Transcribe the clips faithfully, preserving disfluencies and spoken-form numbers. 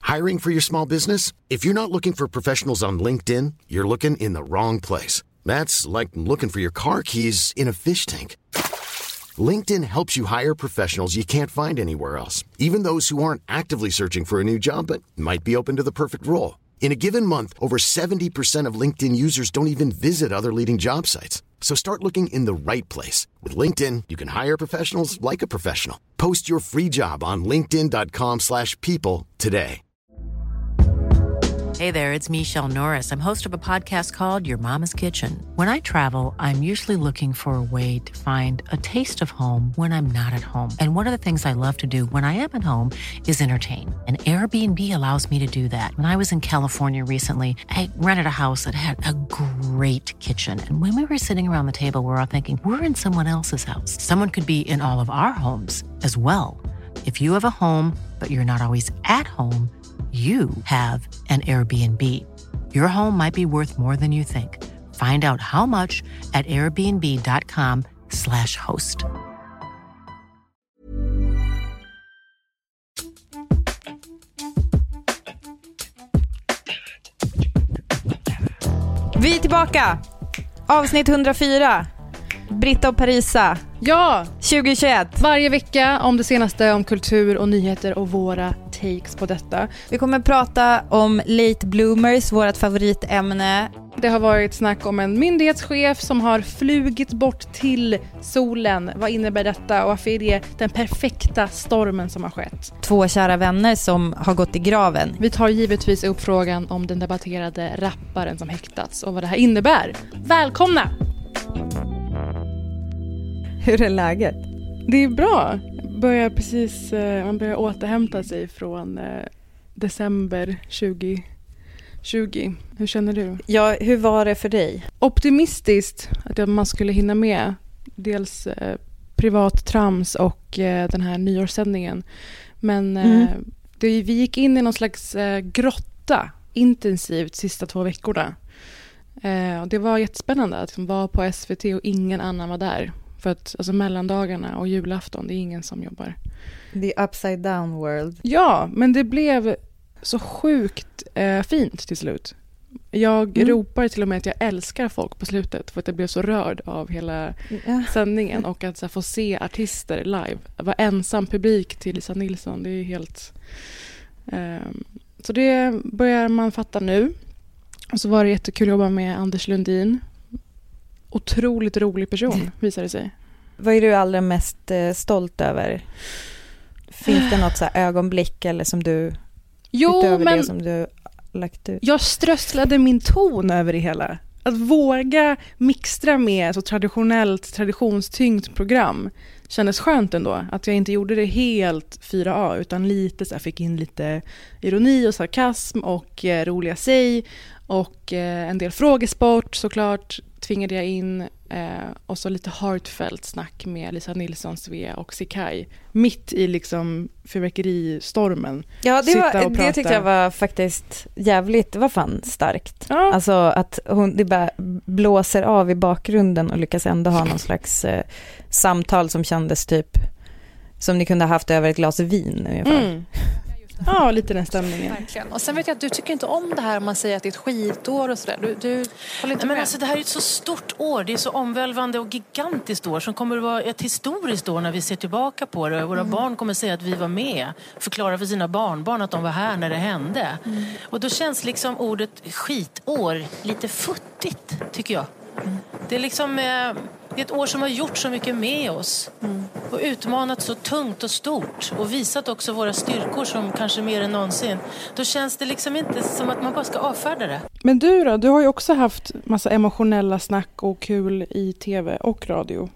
Hiring for your small business? If you're not looking for professionals on LinkedIn, you're looking in the wrong place. That's like looking for your car keys in a fish tank. LinkedIn helps you hire professionals you can't find anywhere else, even those who aren't actively searching for a new job but might be open to the perfect role. In a given month, over seventy percent of LinkedIn users don't even visit other leading job sites. So start looking in the right place. With LinkedIn, you can hire professionals like a professional. Post your free job on linkedin dot com slash people today. Hey there, it's Michelle Norris. I'm host of a podcast called Your Mama's Kitchen. When I travel, I'm usually looking for a way to find a taste of home when I'm not at home. And one of the things I love to do when I am at home is entertain. And Airbnb allows me to do that. When I was in California recently, I rented a house that had a great kitchen. And when we were sitting around the table, we were all thinking, we're in someone else's house. Someone could be in all of our homes as well. If you have a home, but you're not always at home, you have an Airbnb. Your home might be worth more than you think. Find out how much at airbnb dot com slash host. Vi är tillbaka. Avsnitt hundrafyra. Britta och Parisa. Ja, tjugohundratjugoett. Varje vecka om det senaste om kultur och nyheter och våra takes på detta. Vi kommer prata om late bloomers, vårt favoritämne. Det har varit snack om en myndighetschef som har flugit bort till solen. Vad innebär detta och varför är det den perfekta stormen som har skett? Två kära vänner som har gått i graven. Vi tar givetvis upp frågan om den debatterade rapparen som häktats och vad det här innebär. Välkomna! Hur är läget? Det är bra. Börjar precis, man börjar återhämta sig från eh, december tjugo tjugo. Hur känner du? Ja, hur var det för dig? Optimistiskt att man skulle hinna med dels eh, privat trams och eh, den här nyårssändningen. Men mm. eh, det, vi gick in i någon slags eh, grotta intensivt sista två veckorna. Eh, och det var jättespännande att liksom vara på S V T och ingen annan var där. För att alltså, mellandagarna och julafton, det är ingen som jobbar. The upside down world. Ja, men det blev så sjukt eh, fint till slut. Jag mm. ropar till och med att jag älskar folk på slutet för att jag blev så rörd av hela ja. sändningen och att så här, få se artister live. Vara ensam publik till Lisa Nilsson, det är helt... Eh, så det börjar man fatta nu. Och så var det jättekul att jobba med Anders Lundin. Otroligt rolig person, visar det sig. Vad är du allra mest eh, stolt över? Finns det något så här ögonblick eller som du jo, utöver men det som du lagt ut? Jag strösslade min ton över det hela. Att våga mixtra med så traditionellt, traditionstyngt program kändes skönt ändå. Att jag inte gjorde det helt fyra A utan lite så här, fick in lite ironi och sarkasm och eh, roliga sig och eh, en del frågesport såklart tvingade jag in eh, och så lite heartfelt snack med Lisa Nilsson, Svea och Sikai mitt i liksom fyrverkeristormen. Ja, det, var, det tyckte jag var faktiskt jävligt, det var fan starkt. Ja. Alltså att hon det bara blåser av i bakgrunden och lyckas ändå ha någon slags eh, samtal som kändes typ som ni kunde ha haft över ett glas vin ungefär. Mm. Ja, lite den stämningen. Verkligen. Och sen vet jag att du tycker inte om det här om man säger att det är ett skitår och sådär. Du, du håller inte men med. alltså, det här är ett så stort år. Det är så omvälvande och gigantiskt år som kommer att vara ett historiskt år när vi ser tillbaka på det. Våra mm. barn kommer att säga att vi var med. Förklara för sina barnbarn att de var här när det hände. Mm. Och då känns liksom ordet skitår lite futtigt, tycker jag. Mm. Det är liksom... Eh, Det är ett år som har gjort så mycket med oss mm. och utmanat så tungt och stort och visat också våra styrkor som kanske mer än någonsin. Då känns det liksom inte som att man bara ska avfärda det. Men du då? Du har ju också haft massa emotionella snack och kul i tv och radio.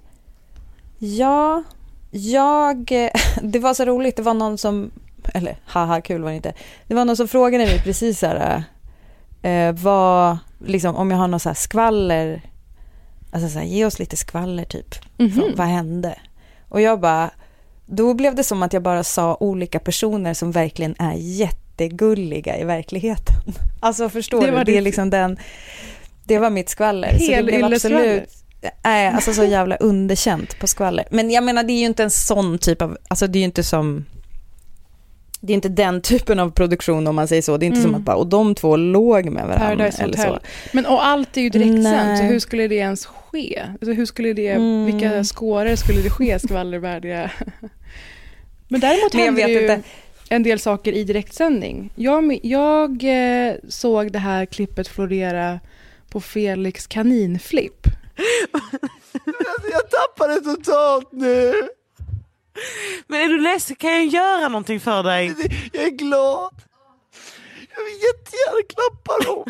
Ja, jag... Det var så roligt. Det var någon som... Eller, haha, kul var det inte. Det var någon som frågade mig precis så här... Eh, vad... Liksom, om jag har någon så här skvaller... Alltså så här, ge oss lite skvaller typ. Mm-hmm. Från, vad hände? Och jag bara, då blev det som att jag bara sa olika personer som verkligen är jättegulliga i verkligheten. Alltså förstår det du? Det är liksom den, det var mitt skvaller. Hel så det blev absolut, nej, alltså så jävla underkänt på skvaller. Men jag menar, det är ju inte en sån typ av, alltså det är ju inte som, det är inte den typen av produktion om man säger så. Det är inte mm. som att bara, och de två låg med varandra. Paradise eller Hotel. Så. Men och allt är ju direktsänt, så hur skulle det ens ske? Alltså, hur skulle det, mm. vilka skårer skulle det ske skvallervärdiga? Men däremot Men jag händer vet ju inte. en del saker i direktsändning. Jag, jag eh, såg det här klippet florera på Felix kaninflipp. Jag tappar det totalt nu. Men är du ledsen? Kan jag göra någonting för dig? Jag är glad. Jag vill jättegärna klappa dem.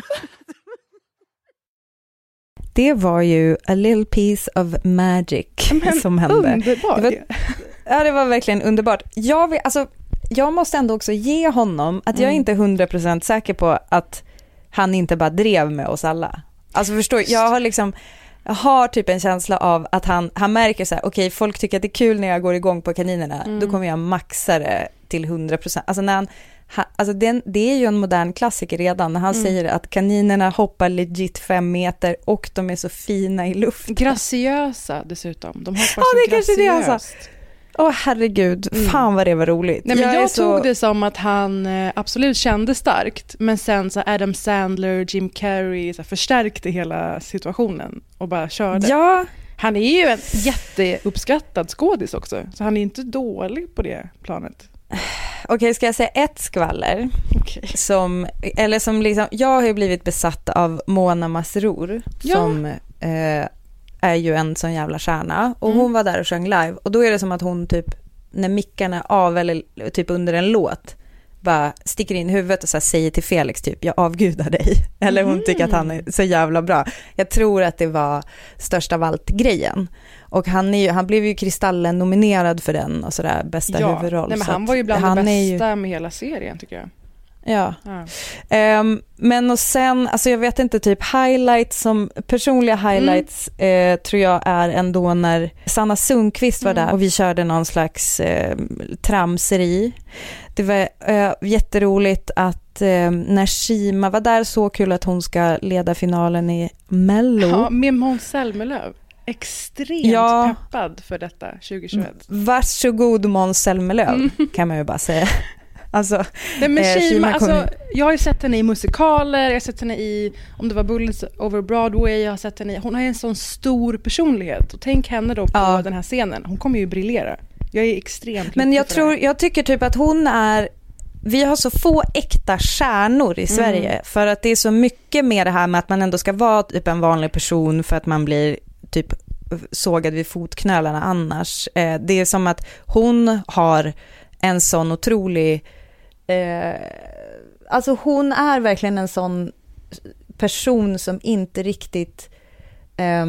Det var ju a little piece of magic Men som hände. Underbart. Det var, ja, det var verkligen underbart. Jag, vill, alltså, jag måste ändå också ge honom att jag är inte hundra procent säker på att han inte bara drev med oss alla. Alltså förstår jag, jag har liksom jag har typ en känsla av att han, han märker så här, okej, okay, folk tycker att det är kul när jag går igång på kaninerna, mm. då kommer jag maxa det till hundra procent. Alltså när han, ha, alltså den, det är ju en modern klassiker redan när han mm. säger att kaninerna hoppar legit fem meter och de är så fina i luften. Graciösa dessutom. De hoppar ja, så det graciöst. Det alltså. Åh herregud, mm. fan vad det var roligt. Nej, men jag, jag så... tog det som att han eh, absolut kände starkt, men sen så Adam Sandler, Jim Carrey så förstärkte hela situationen och bara körde. Ja. Han är ju en jätteuppskattad skådis också, så han är inte dålig på det planet. Okej, okay, ska jag säga ett skvaller? Okay. Som, eller som liksom, jag har ju blivit besatt av Mona Masrour ja. som... Eh, är ju en sån jävla stjärna och mm. hon var där och sjöng live och då är det som att hon typ när mickarna av eller typ under en låt bara sticker in huvudet och så här säger till Felix typ jag avgudar dig eller hon mm. tycker att han är så jävla bra. Jag tror att det var störst av allt grejen och han, är ju, han blev ju Kristallen nominerad för den och sådär bästa ja. huvudroll. Nej, men så han var ju bland han det bästa ju... med hela serien tycker jag. Ja. ja. Um, men och sen, alltså jag vet inte, typ highlights som, personliga highlights mm. eh, tror jag är ändå när Sanna Sundqvist var mm. där och vi körde någon slags eh, tramseri. Det var eh, jätteroligt att eh, när Shima var där, så kul att hon ska leda finalen i Mello. Ja, med Måns Zelmerlöw. Extremt ja. peppad för detta tjugohundratjugoett. Varsågod Måns Zelmerlöw mm. kan man ju bara säga. Alltså, Nej, men eh, Shima, alltså, kom... jag har ju sett henne i musikaler, jag har sett henne i, om det var Bullets over Broadway, jag har sett henne i, hon har en sån stor personlighet och tänk henne då på ja. den här scenen, hon kommer ju briljera. Jag är extremt Men jag tror, jag tycker typ att hon är, vi har så få äkta stjärnor i Sverige mm. för att det är så mycket med det här med att man ändå ska vara typ en vanlig person för att man blir typ sågad vid fotknölarna annars. Eh, det är som att hon har en sån otrolig eh, alltså hon är verkligen en sån person som inte riktigt eh,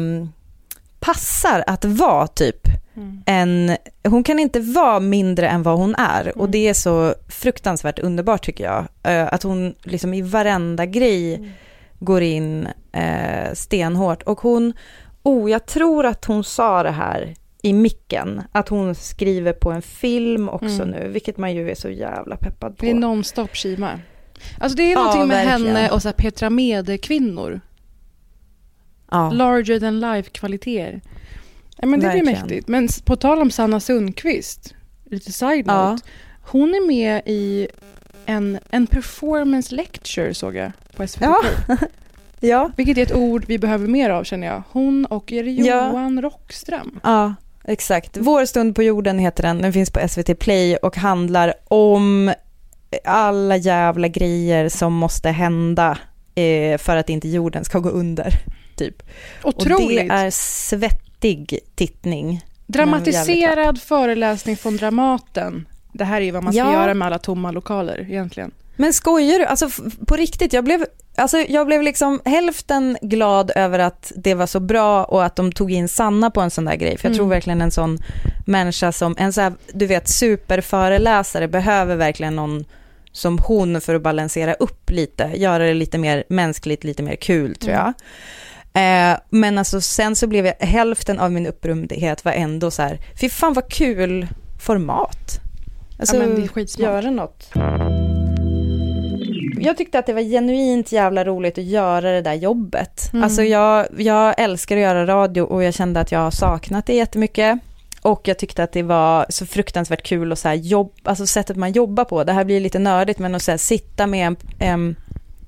passar att vara typ mm. en, hon kan inte vara mindre än vad hon är mm. och det är så fruktansvärt underbart tycker jag, eh, att hon liksom i varenda grej mm. går in eh, stenhårt och hon, oh jag tror att hon sa det här i micken, att hon skriver på en film också mm. nu, vilket man ju är så jävla peppad på. Det är non-stop Shima. Alltså det är någonting ja, med verkligen. Henne och så här Petra Mede-kvinnor. Ja. Larger than life-kvaliteter. Ja, men det verkligen. Blir mäktigt. Men på tal om Sanna Sundqvist, lite side note, ja. Hon är med i en, en performance lecture såg jag på S V T. Ja. ja. Vilket är ett ord vi behöver mer av känner jag. Hon och är det Johan ja. Rockström. Ja. Exakt. Vår stund på jorden heter den. Den finns på S V T Play och handlar om alla jävla grejer som måste hända eh, för att inte jorden ska gå under. Typ. Otroligt. Och det är svettig tittning. Dramatiserad föreläsning från Dramaten. Det här är ju vad man ska ja. Göra med alla tomma lokaler egentligen. Men skojar du? Alltså på riktigt, jag blev, alltså, jag blev liksom hälften glad över att det var så bra och att de tog in Sanna på en sån där grej. För jag mm. tror verkligen en sån människa som, en så här, du vet, superföreläsare behöver verkligen någon som hon för att balansera upp lite. Göra det lite mer mänskligt, lite mer kul tror jag. Mm. Eh, men alltså sen så blev jag, hälften av min upprymdhet var ändå så här, fy fan vad kul format. Alltså, ja, men det är skitsmart. Göra något. Jag tyckte att det var genuint jävla roligt att göra det där jobbet. Mm. Alltså jag, jag älskar att göra radio och jag kände att jag har saknat det jättemycket. och jag tyckte att det var så fruktansvärt kul och så här jobb, alltså sättet man jobbar på. Det här blir lite nördigt, men att så här, sitta med en, en,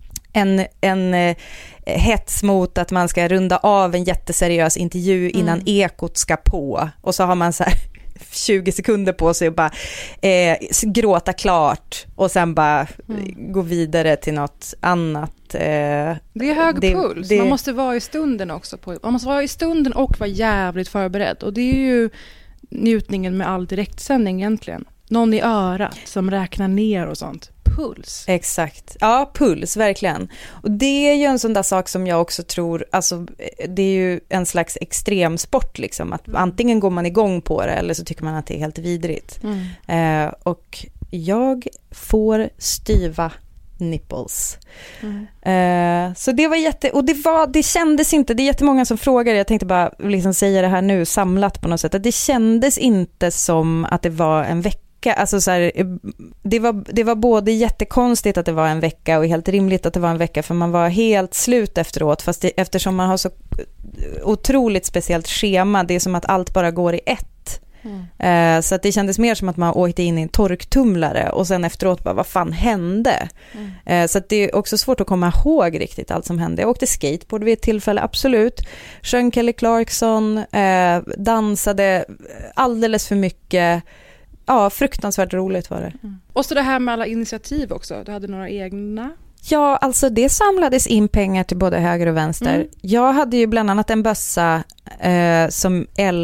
en, en eh, hets mot att man ska runda av en jätteseriös intervju innan mm. ekot ska på. Och så har man så här tjugo sekunder på sig och bara eh, gråta klart och sen bara mm. gå vidare till något annat. Eh, det är hög det, puls. det, man måste vara i stunden också. På, man måste vara i stunden och vara jävligt förberedd. Och det är ju njutningen med all direktsändning egentligen. Någon i örat som räknar ner och sånt. Puls. Exakt. Ja, puls, verkligen. Och det är ju en sån där sak som jag också tror, alltså det är ju en slags extremsport liksom, att mm. antingen går man igång på det eller så tycker man att det är helt vidrigt. Mm. Eh, och jag får styva nipples. Mm. Eh, så det var jätte, och det var, det kändes inte, det är jättemånga som frågar, jag tänkte bara liksom säga det här nu samlat på något sätt, att det kändes inte som att det var en vecka. Alltså så här, det, var, det var både jättekonstigt att det var en vecka och helt rimligt att det var en vecka, för man var helt slut efteråt, fast det, eftersom man har så otroligt speciellt schema, det är som att allt bara går i ett. Mm. Eh, så att det kändes mer som att man åkte in i en torktumlare och sen efteråt bara, vad fan hände? Mm. Eh, så att det är också svårt att komma ihåg riktigt allt som hände. Jag åkte skateboard vid ett tillfälle, absolut. Sjöng Kelly Clarkson, eh, dansade alldeles för mycket. Ja, fruktansvärt roligt var det. Mm. Och så det här med alla initiativ också. Du hade några egna? Ja, alltså det samlades in pengar till både höger och vänster. Mm. Jag hade ju bland annat en bössa eh, som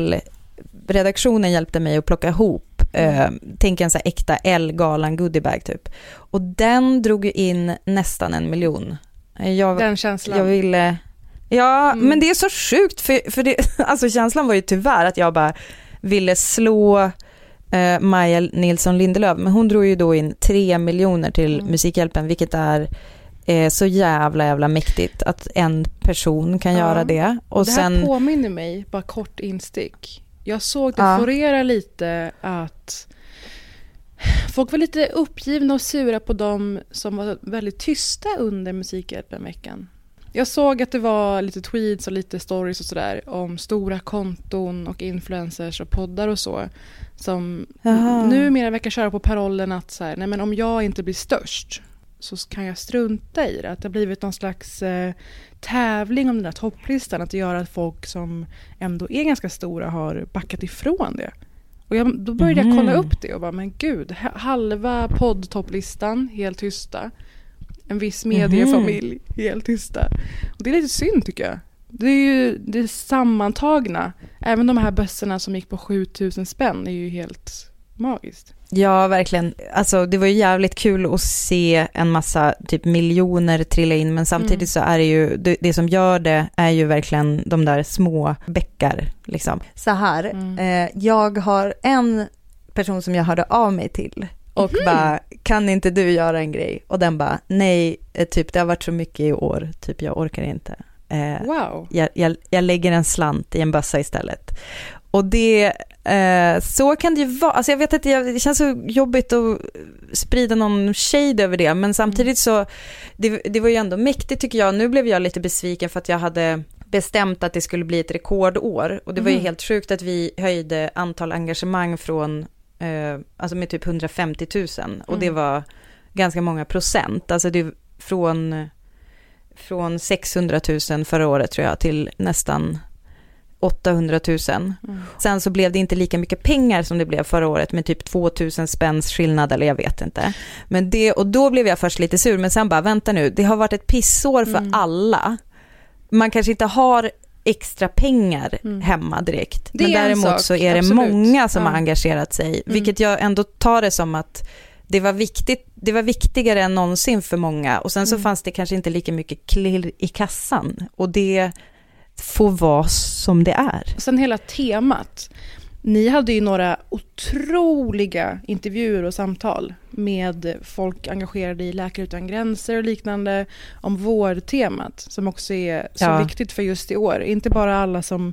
L-redaktionen hjälpte mig att plocka ihop. Mm. Eh, tänk en så här äkta L-galan goodiebag typ. Och den drog ju in nästan en miljon. Jag, den känslan. Jag ville... Ja, mm. men det är så sjukt. För, för det, alltså känslan var ju tyvärr att jag bara ville slå... Uh, Maja Nilsson Lindelöf, men hon drog ju då in tre miljoner till mm. Musikhjälpen, vilket är eh, så jävla jävla mäktigt att en person kan ja. göra det. Och det här sen... påminner mig, bara kort instick. Jag såg det ja. florera lite att folk var lite uppgivna och sura på dem som var väldigt tysta under Musikhjälpen-veckan. Jag såg att det var lite tweets och lite stories och sådär om stora konton och influencers och poddar och så som Aha. numera verkar köra på parollen att så här, nej men om jag inte blir störst så kan jag strunta i det. Att det har blivit någon slags eh, tävling om den där topplistan, att det gör att folk som ändå är ganska stora har backat ifrån det. Och jag, då började mm. jag kolla upp det och bara, men gud, halva poddtopplistan helt tysta. En viss mediefamilj mm. helt tysta. Och det är lite synd tycker jag. Det är ju det sammantagna. Även de här bössorna som gick på sjutusen spänn är ju helt magiskt. Ja, verkligen. Alltså det var ju jävligt kul att se en massa typ miljoner trilla in, men samtidigt mm. så är det ju det, det som gör det är ju verkligen de där små bäckar liksom. Så här, mm. eh, jag har en person som jag hörde av mig till. Och mm. bara, kan inte du göra en grej? Och den bara, nej, typ det har varit så mycket i år, typ jag orkar inte. Eh, wow. Jag, jag, jag lägger en slant i en bössa istället. Och det, eh, så kan det ju vara. Alltså jag vet inte, det känns så jobbigt att sprida någon shade över det. Men samtidigt så, det, det var ju ändå mäktigt tycker jag. Nu blev jag lite besviken för att jag hade bestämt att det skulle bli ett rekordår. Och det var ju mm. helt sjukt att vi höjde antal engagemang från Uh, alltså med typ hundrafemtio tusen och mm. det var ganska många procent, alltså det från från sexhundratusen förra året tror jag till nästan åttahundratusen. Mm. Sen så blev det inte lika mycket pengar som det blev förra året med typ tvåtusen spänns skillnad eller jag vet inte. Men det, och då blev jag först lite sur men sen bara vänta nu, det har varit ett pissår för mm. alla. Man kanske inte har extra pengar mm. hemma direkt. Men däremot sak, så är det absolut. många som ja. har engagerat sig. Mm. Vilket jag ändå tar det som att det var viktigt, det var viktigare än någonsin för många. Och sen så mm. fanns det kanske inte lika mycket klirr i kassan. Och det får vara som det är. Och sen hela temat. Ni hade ju några otroliga intervjuer och samtal med folk engagerade i Läkare utan gränser och liknande om vårdtemat som också är så ja. viktigt för just i år. Inte bara alla som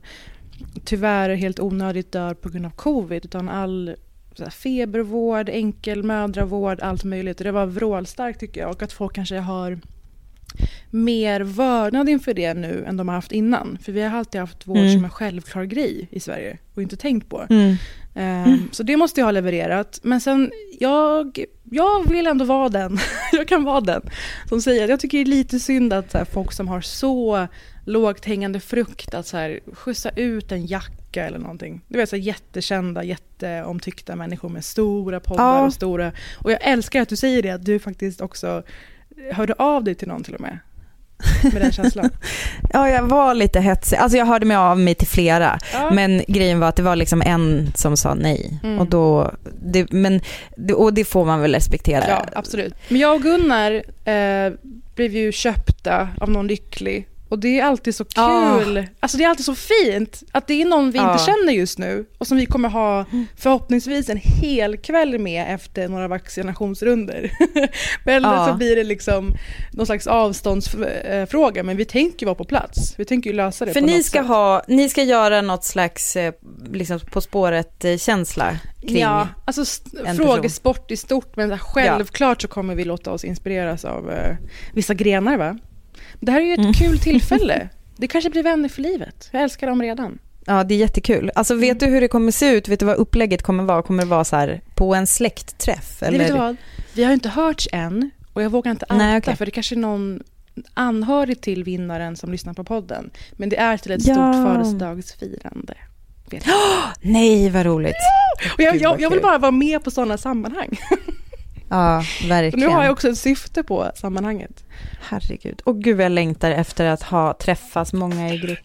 tyvärr helt onödigt dör på grund av covid utan all så här, febervård, enkel mödravård, allt möjligt. Det var vrålstarkt tycker jag och att folk kanske har mer vördnad inför det nu än de har haft innan. För vi har alltid haft vård mm. som en självklar grej i Sverige och inte tänkt på. Mm. Um, mm. Så det måste jag ha levererat. Men sen, jag, jag vill ändå vara den. jag kan vara den som säger att jag tycker det är lite synd att så här, folk som har så lågt hängande frukt att så här, skjutsa ut en jacka eller någonting. Du vet så här, jättekända, jätteomtyckta människor med stora poddar ja. och stora. Och jag älskar att du säger det, att du faktiskt också hörde av dig till någon till och med. Med den känslan. Ja, jag var lite hetsig. Alltså jag hörde mig av mig till flera. Ja. Men grejen var att det var liksom en som sa nej. Mm. Och då det, men och det får man väl respektera. Ja, absolut. Men jag och Gunnar eh, blev ju köpta av någon lycklig. Och det är alltid så kul. Oh. Alltså det är alltid så fint att det är någon vi oh. inte känner just nu och som vi kommer ha förhoppningsvis en hel kväll med efter några vaccinationsrunder. Eller oh. så blir det liksom någon slags avståndsfråga, men vi tänker vara på plats. Vi tänker ju lösa det. För på ni något ska sätt. ha ni ska göra något slags liksom På spåret känsla kring. Ja, alltså st- frågesport i stort, men självklart ja. så kommer vi låta oss inspireras av uh, vissa grenar, va? Det här är ju ett mm. kul tillfälle. Det kanske blir vänner för livet. Jag älskar dem redan. Ja, det är jättekul. Alltså vet mm. du hur det kommer se ut? Vet du vad upplägget kommer vara? Kommer det vara så här på en släktträff? Eller? Vet du vad? Vi har inte hörts än. Och jag vågar inte outa, okay. för det kanske är någon anhörig till vinnaren som lyssnar på podden. Men det är till ett ja. stort födelsedagsfirande. Oh, nej, vad roligt. Ja! Och jag, jag, jag vill bara vara med på sådana sammanhang. Ja, verkligen. Nu har jag också ett syfte på sammanhanget. Herregud. Och gud, jag längtar efter att ha träffats många i grupp.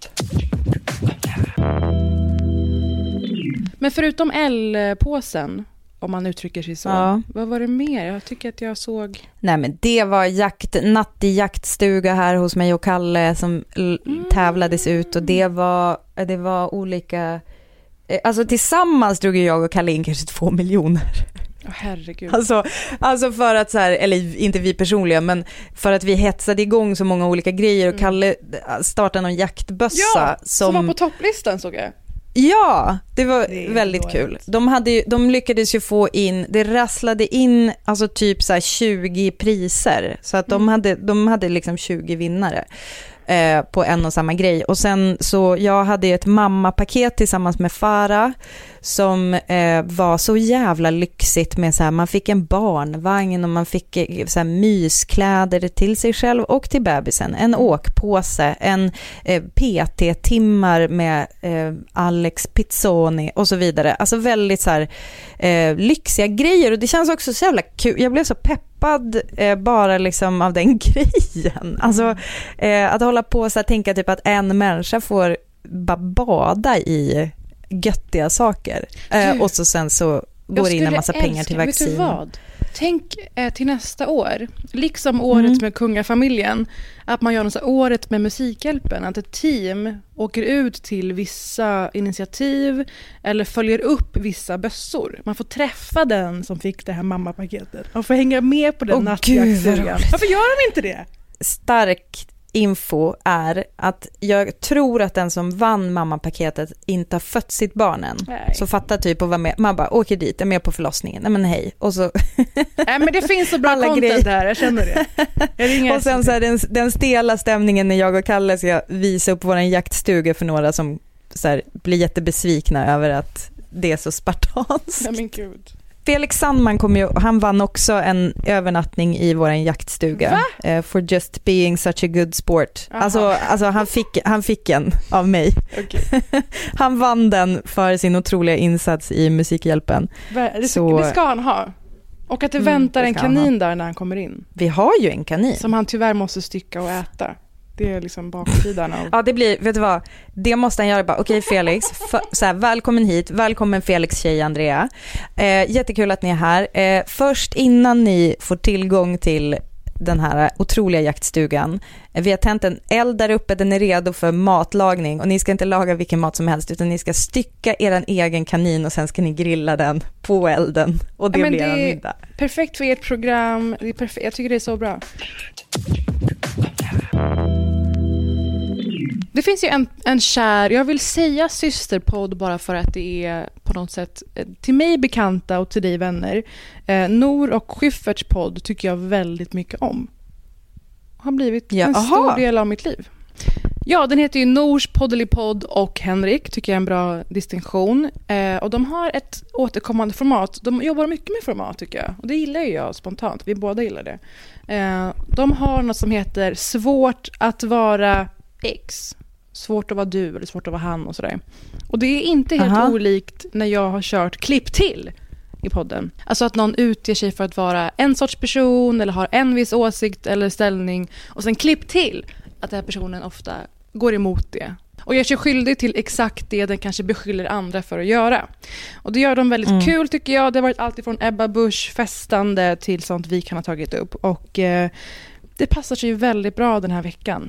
Men förutom L-påsen, om man uttrycker sig så, ja. vad var det mer? Jag tycker att jag såg... Nej, men det var jakt, natt i jaktstuga här hos mig och Kalle som l- mm. tävlades ut. Och det var, det var olika... Alltså tillsammans drog jag och Kalle in kanske två miljoner. Oh, herregud. Alltså, alltså för att så här, eller inte vi personligen, men för att vi hetsade igång så många olika grejer och mm. Kalle startade någon jaktbössa ja, som... som var på topplistan, såg jag. Ja, det var det väldigt dåligt. Kul. De, hade ju, de lyckades ju få in, det rasslade in alltså typ så här tjugo priser. Så att de mm. hade, de hade liksom tjugo vinnare eh, på en och samma grej. Och sen så, jag hade ett mammapaket tillsammans med Farah som eh, var så jävla lyxigt med så här, man fick en barnvagn och man fick eh, så här myskläder till sig själv och till bebisen, en åkpåse, en eh, P T-timmar med eh, Alex Pizzoni och så vidare. Alltså väldigt så här eh, lyxiga grejer, och det känns också så jävla kul. Jag blev så peppad eh, bara liksom av den grejen. Alltså eh, att hålla på så här, tänka typ att en människa får bara bada i göttiga saker. Eh, och så sen så går det in en massa älska, pengar till vaccin. Vet du vad? Tänk eh, till nästa år, liksom året mm. med kungafamiljen, att man gör något så året med Musikhjälpen, att ett team åker ut till vissa initiativ eller följer upp vissa bössor. Man får träffa den som fick det här mammapaketet. Man får hänga med på den oh, nattjaktstugan. Varför gör de inte det? Starkt info är att jag tror att den som vann mammapaketet inte har fött sitt barn än. Nej. Så fatta typ att vara med. Man bara åker dit, är med på förlossningen. Nej men hej. Och så nej men det finns så bra content grejer. Där, jag känner det. Jag och sen så här, den, den stela stämningen när jag och Kalle ska visa upp vår jaktstuga för några som så här, blir jättebesvikna över att det är så spartanskt. Ja men gud. Felix Sandman kom ju, han vann också en övernattning i våran jaktstuga. Uh, for just being such a good sport. Alltså, alltså han, fick, han fick en av mig. Okay. Han vann den för sin otroliga insats i Musikhjälpen. Det, så, det ska han ha. Och att det mm, väntar det en kanin där när han kommer in. Vi har ju en kanin. Som han tyvärr måste stycka och äta. Det är liksom baksidan av... Ja, det blir, vet du vad? Det måste han göra bara. Okej, Felix, för, så här, välkommen hit. Välkommen Felix tjej Andrea. Eh, jättekul att ni är här. Eh, först innan ni får tillgång till den här otroliga jaktstugan. Eh, vi har tänt en eld där uppe. Den är redo för matlagning. Och ni ska inte laga vilken mat som helst, utan ni ska stycka er egen kanin och sen ska ni grilla den på elden. Och det ja, blir en middag. Perfekt för ert program. Det är perfekt. Jag tycker det är så bra. Det finns ju en, en kär, jag vill säga systerpodd bara för att det är på något sätt till mig bekanta och till dig vänner. Eh, Nor och Schyfferts podd tycker jag väldigt mycket om. har blivit Ja, en aha. stor del av mitt liv. Ja, den heter ju Nors Poddelipodd och Henrik, tycker jag är en bra distinktion. Eh, och de har ett återkommande format. De jobbar mycket med format, tycker jag. Och det gillar ju jag spontant. Vi båda gillar det. Eh, de har något som heter Svårt att vara X. Svårt att vara du eller svårt att vara han och sådär. Och det är inte helt Aha. olikt när jag har kört klipp till i podden. Alltså att någon utger sig för att vara en sorts person eller har en viss åsikt eller ställning och sen klipp till att den här personen ofta går emot det. Och gör sig skyldig till exakt det den kanske beskyller andra för att göra. Och det gör de väldigt mm. kul tycker jag. Det har varit allt ifrån Ebba Busch festande till sånt vi kan ha tagit upp. Och eh, det passar sig ju väldigt bra den här veckan.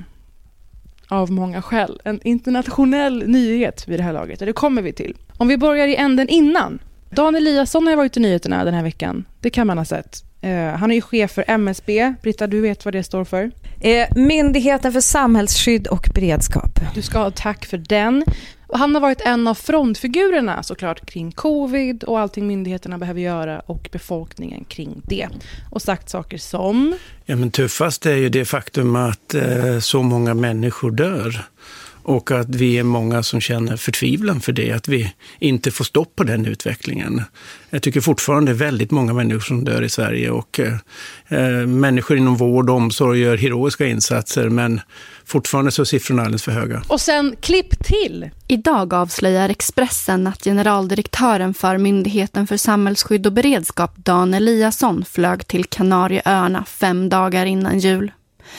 Av många skäl. En internationell nyhet vid det här laget. Och det kommer vi till. Om vi börjar i änden innan. Dan Eliasson har varit i nyheterna den här veckan. Det kan man ha sett. Uh, han är ju chef för M S B. Britta, du vet vad det står för? Eh, Myndigheten för samhällsskydd och beredskap. Du ska ha tack för den. Och han har varit en av frontfigurerna såklart kring covid och allting myndigheterna behöver göra och befolkningen kring det. Och sagt saker som... Ja, men tuffast är ju det faktum att eh, så många människor dör. Och att vi är många som känner förtvivlan för det, att vi inte får stopp på den utvecklingen. Jag tycker fortfarande väldigt många människor som dör i Sverige och eh, människor inom vård och omsorg gör heroiska insatser, men fortfarande så är siffrorna alldeles för höga. Och sen klipp till! Idag avslöjar Expressen att generaldirektören för Myndigheten för samhällsskydd och beredskap Dan Eliasson flög till Kanarieöarna fem dagar innan jul.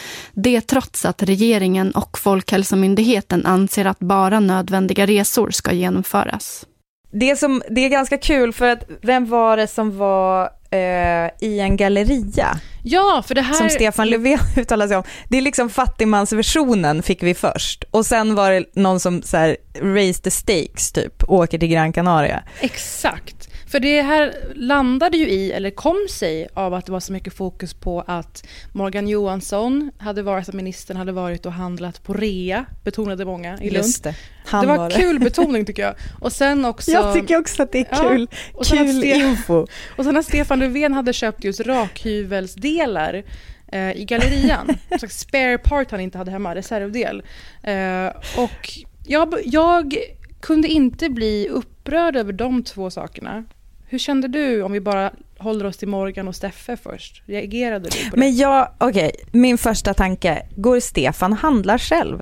Det trots att regeringen och Folkhälsomyndigheten anser att bara nödvändiga resor ska genomföras. Det, som, det är ganska kul för att vem var det som var eh, i en galleria? Ja, för det här... Som Stefan Löfven uttalar sig om. Det är liksom fattigmansversionen fick vi först. Och sen var det någon som så här, raised the stakes typ, åker till Gran Canaria. Exakt. För det här landade ju i, eller kom sig av att det var så mycket fokus på att Morgan Johansson hade varit, som ministern hade varit och handlat på rea, betonade många i Lund. Just det. Han det var, var kul betoning tycker jag. Och sen också... Jag tycker också att det är kul. Ja, och kul Ste- info. Och sen när Stefan Löfven hade köpt just rakhyvelsdelar eh, i gallerian. En slags spare part han inte hade hemma, reservdel. Eh, och jag, jag kunde inte bli upprörd över de två sakerna. Hur kände du om vi bara håller oss till Morgan och Steffe först? Reagerade du på det? Men jag, okej, okay, min första tanke, går Stefan handlar själv?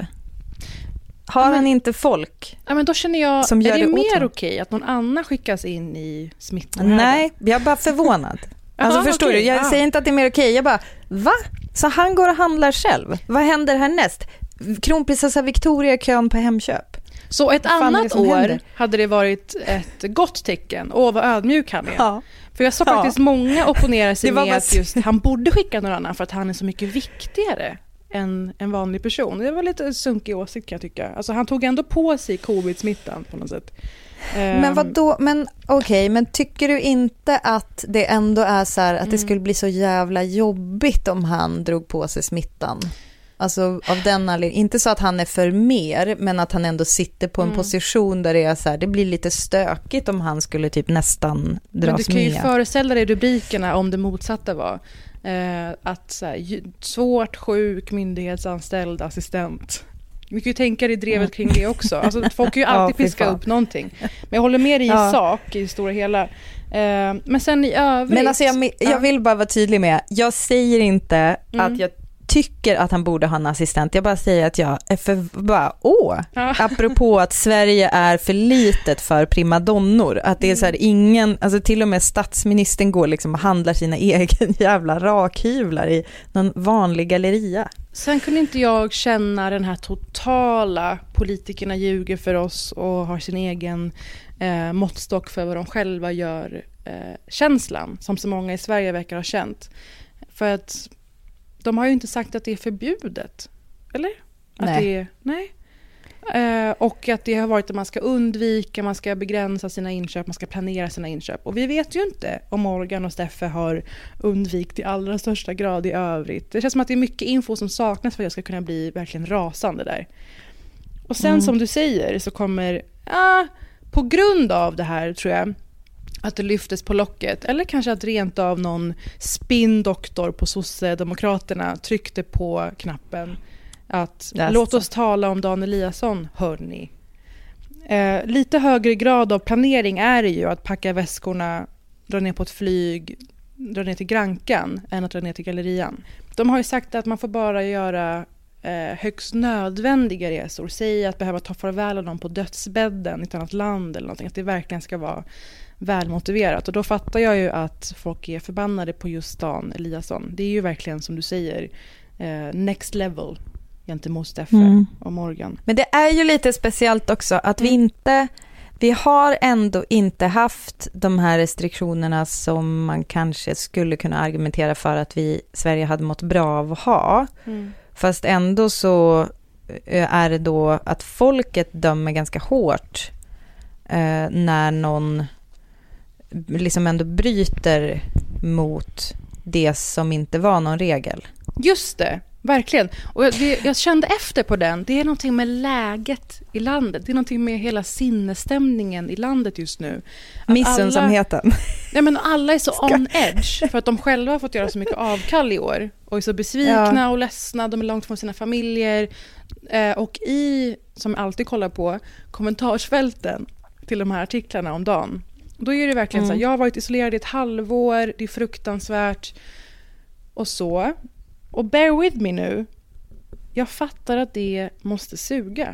Har men, han inte folk? Ja, men då känner jag, som gör är det, det mer okej att någon annan skickas in i smittan? Nej, jag är bara förvånad. Alltså Aha, förstår okay, du, jag ja. säger inte att det är mer okej, jag bara, va? Så han går och handlar själv? Vad händer härnäst? Kronprinsessa Victoria i kön på Hemköp. Så ett annat år händer? hade det varit ett gott tecken. Åh, vad ödmjuk han är. Ja. För jag sa faktiskt ja. många opponerar sig med bara... att just han borde skicka någon annan för att han är så mycket viktigare än en vanlig person. Det var lite sunkig åsikt kan jag tycka. Alltså han tog ändå på sig covid-smittan på något sätt. Men vad då? Men okej, okay, men tycker du inte att det ändå är så här att mm. det skulle bli så jävla jobbigt om han drog på sig smittan? Alltså av den anledningen, inte så att han är för mer, men att han ändå sitter på en mm. position där det är så här, det blir lite stökigt om han skulle typ nästan dras med. Men du kan ju med. föreställa dig rubrikerna om det motsatta var. Eh, att så här, svårt sjuk myndighetsanställd assistent. Vi kan ju tänka dig drevet kring det också. Alltså, folk kan ju alltid ja, piska upp någonting. Men jag håller med dig i ja. sak i det stora hela. Eh, men sen i övrigt... Men alltså jag, jag vill bara vara tydlig med, jag säger inte mm. att jag tycker att han borde ha en assistent. Jag bara säger att jag är för bara, åh, ja. apropå att Sverige är för litet för primadonnor. Att det är så här, ingen, alltså till och med statsministern går liksom och handlar sina egen jävla rakhyvlar i någon vanlig galleria. Sen kunde inte jag känna den här totala politikerna ljuger för oss och har sin egen eh, måttstock för vad de själva gör eh, känslan, som så många i Sverige verkar ha känt. För att de har ju inte sagt att det är förbjudet. Eller? Att nej. Det är, nej. Eh, och att det har varit att man ska undvika, man ska begränsa sina inköp, man ska planera sina inköp. Och vi vet ju inte om Morgan och Steffe har undvikit i allra största grad i övrigt. Det känns som att det är mycket info som saknas för att jag ska kunna bli verkligen rasande där. Och sen mm. som du säger så kommer, ah, på grund av det här tror jag, att det lyftes på locket. Eller kanske att rent av någon spindoktor på Socialdemokraterna tryckte på knappen att Yes. låt oss tala om Dan Eliasson, hörni. Eh, lite högre grad av planering är det ju att packa väskorna, dra ner på ett flyg, dra ner till Grankan än att dra ner till Gallerian. De har ju sagt att man får bara göra eh, högst nödvändiga resor. Säg att behöva ta farväl av dem på dödsbädden i ett annat land eller någonting. Att det verkligen ska vara välmotiverat. Och då fattar jag ju att folk är förbannade på just Dan Eliasson. Det är ju verkligen som du säger eh, next level gentemot Steffe mm. och Morgan. Men det är ju lite speciellt också att mm. vi inte vi har ändå inte haft de här restriktionerna som man kanske skulle kunna argumentera för att vi Sverige hade mått bra av att ha. Mm. Fast ändå så är det då att folket dömer ganska hårt eh, när någon liksom ändå bryter mot det som inte var någon regel. Just det, verkligen. Och jag, det, jag kände efter på den, det är någonting med läget i landet. Det är någonting med hela sinnesstämningen i landet just nu. Missunnsamheten. Alla, ja, men alla är så on edge för att de själva har fått göra så mycket avkall i år. Och är så besvikna ja. och ledsna, de är långt från sina familjer. Eh, och i, som jag alltid kollar på, kommentarsfälten till de här artiklarna om dagen. Då är det verkligen mm. så här, jag har varit isolerad i ett halvår, det är fruktansvärt och så. Och bear with me nu. Jag fattar att det måste suga.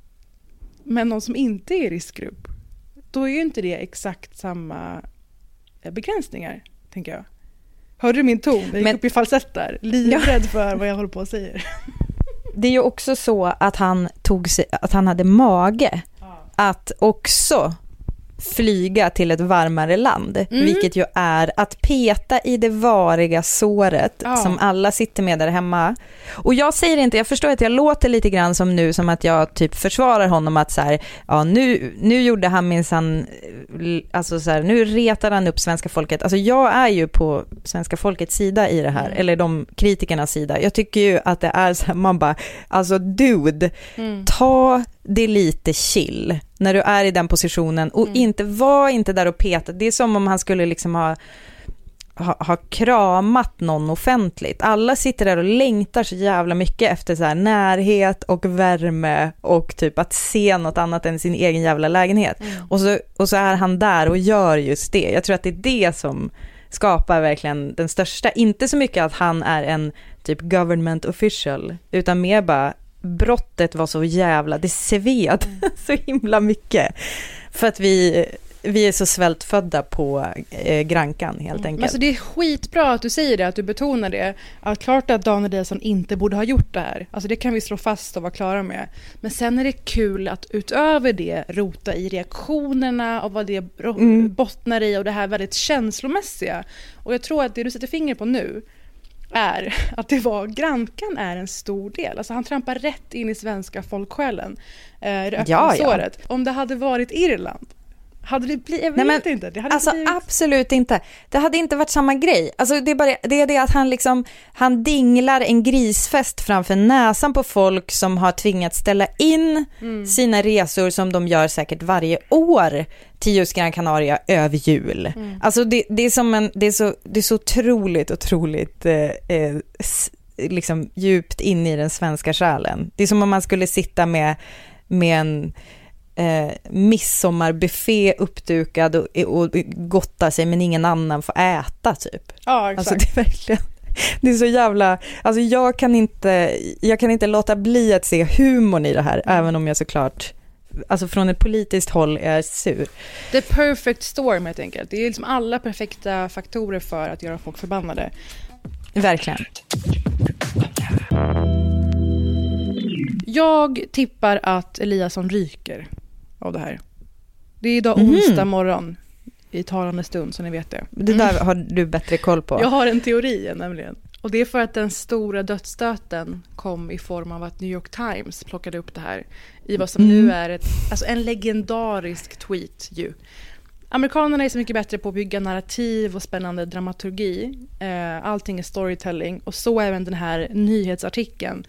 Men någon som inte är i riskgrupp, då är ju inte det exakt samma begränsningar, tänker jag. Hörde du min ton? Jag gick Men, upp i falsett där. Livrädd ja. för vad jag håller på att säga. Det är ju också så att han tog sig, att han hade mage ja. att också flyga till ett varmare land, mm. vilket ju är att peta i det variga såret ja. som alla sitter med där hemma. Och jag säger inte, jag förstår att jag låter lite grann som nu som att jag typ försvarar honom att så här, ja nu, nu gjorde han minsann, alltså så här, nu retar han upp svenska folket. Alltså jag är ju på svenska folkets sida i det här, mm. eller de kritikernas sida. Jag tycker ju att det är så här, man bara, alltså dude, mm. ta det lite chill när du är i den positionen och mm. inte var inte där och peta. Det är som om han skulle liksom ha, ha, ha kramat någon offentligt. Alla sitter där och längtar så jävla mycket efter så här närhet och värme och typ att se något annat än sin egen jävla lägenhet. Mm. Och, så, och så är han där och gör just det. Jag tror att det är det som skapar verkligen den största. Inte så mycket att han är en typ government official, utan mer bara brottet var så jävla, det sved mm. så himla mycket för att vi vi är så svältfödda på eh, Grankan helt mm. enkelt. Alltså det är skitbra att du säger det, att du betonar det. Att klart att Dan Eliasson inte borde ha gjort det här. Alltså det kan vi slå fast och vara klara med. Men sen är det kul att utöver det rota i reaktionerna och vad det mm. bottnar i och det här väldigt känslomässiga. Och jag tror att det du sätter finger på nu är att det var Grankan är en stor del. Alltså han trampar rätt in i svenska folksjälen. Eh, det öppna ja, såret. Ja. Om det hade varit Irland, hade det blivit, jag vet Nej, men, inte. Det hade alltså blivit... absolut inte. Det hade inte varit samma grej. Alltså det är bara det, är det att han liksom han dinglar en grisfest framför näsan på folk som har tvingats ställa in mm. sina resor som de gör säkert varje år till just Gran Canaria över jul. Mm. Alltså det, det är som en det är så det är så otroligt otroligt eh, eh, liksom djupt in i den svenska själen. Det är som om man skulle sitta med med en Eh, midsommarbuffé uppdukad och, och gotta sig men ingen annan får äta typ. Ja, exakt. Alltså det är verkligen det är så jävla, alltså jag kan inte jag kan inte låta bli att se humorn i det här mm. även om jag såklart alltså från ett politiskt håll är sur. The perfect storm helt enkelt. Det är liksom alla perfekta faktorer för att göra folk förbannade. Verkligen. Jag tippar att Eliasson ryker av det här. Det är idag mm. onsdag morgon i talande stund, så ni vet det. Det där har du bättre koll på. Jag har en teori nämligen. Och det är för att den stora dödsstöten kom i form av att New York Times plockade upp det här i vad som mm. nu är ett, alltså en legendarisk tweet ju. Amerikanerna är så mycket bättre på att bygga narrativ och spännande dramaturgi. Eh, allting är storytelling. Och så även den här nyhetsartikeln.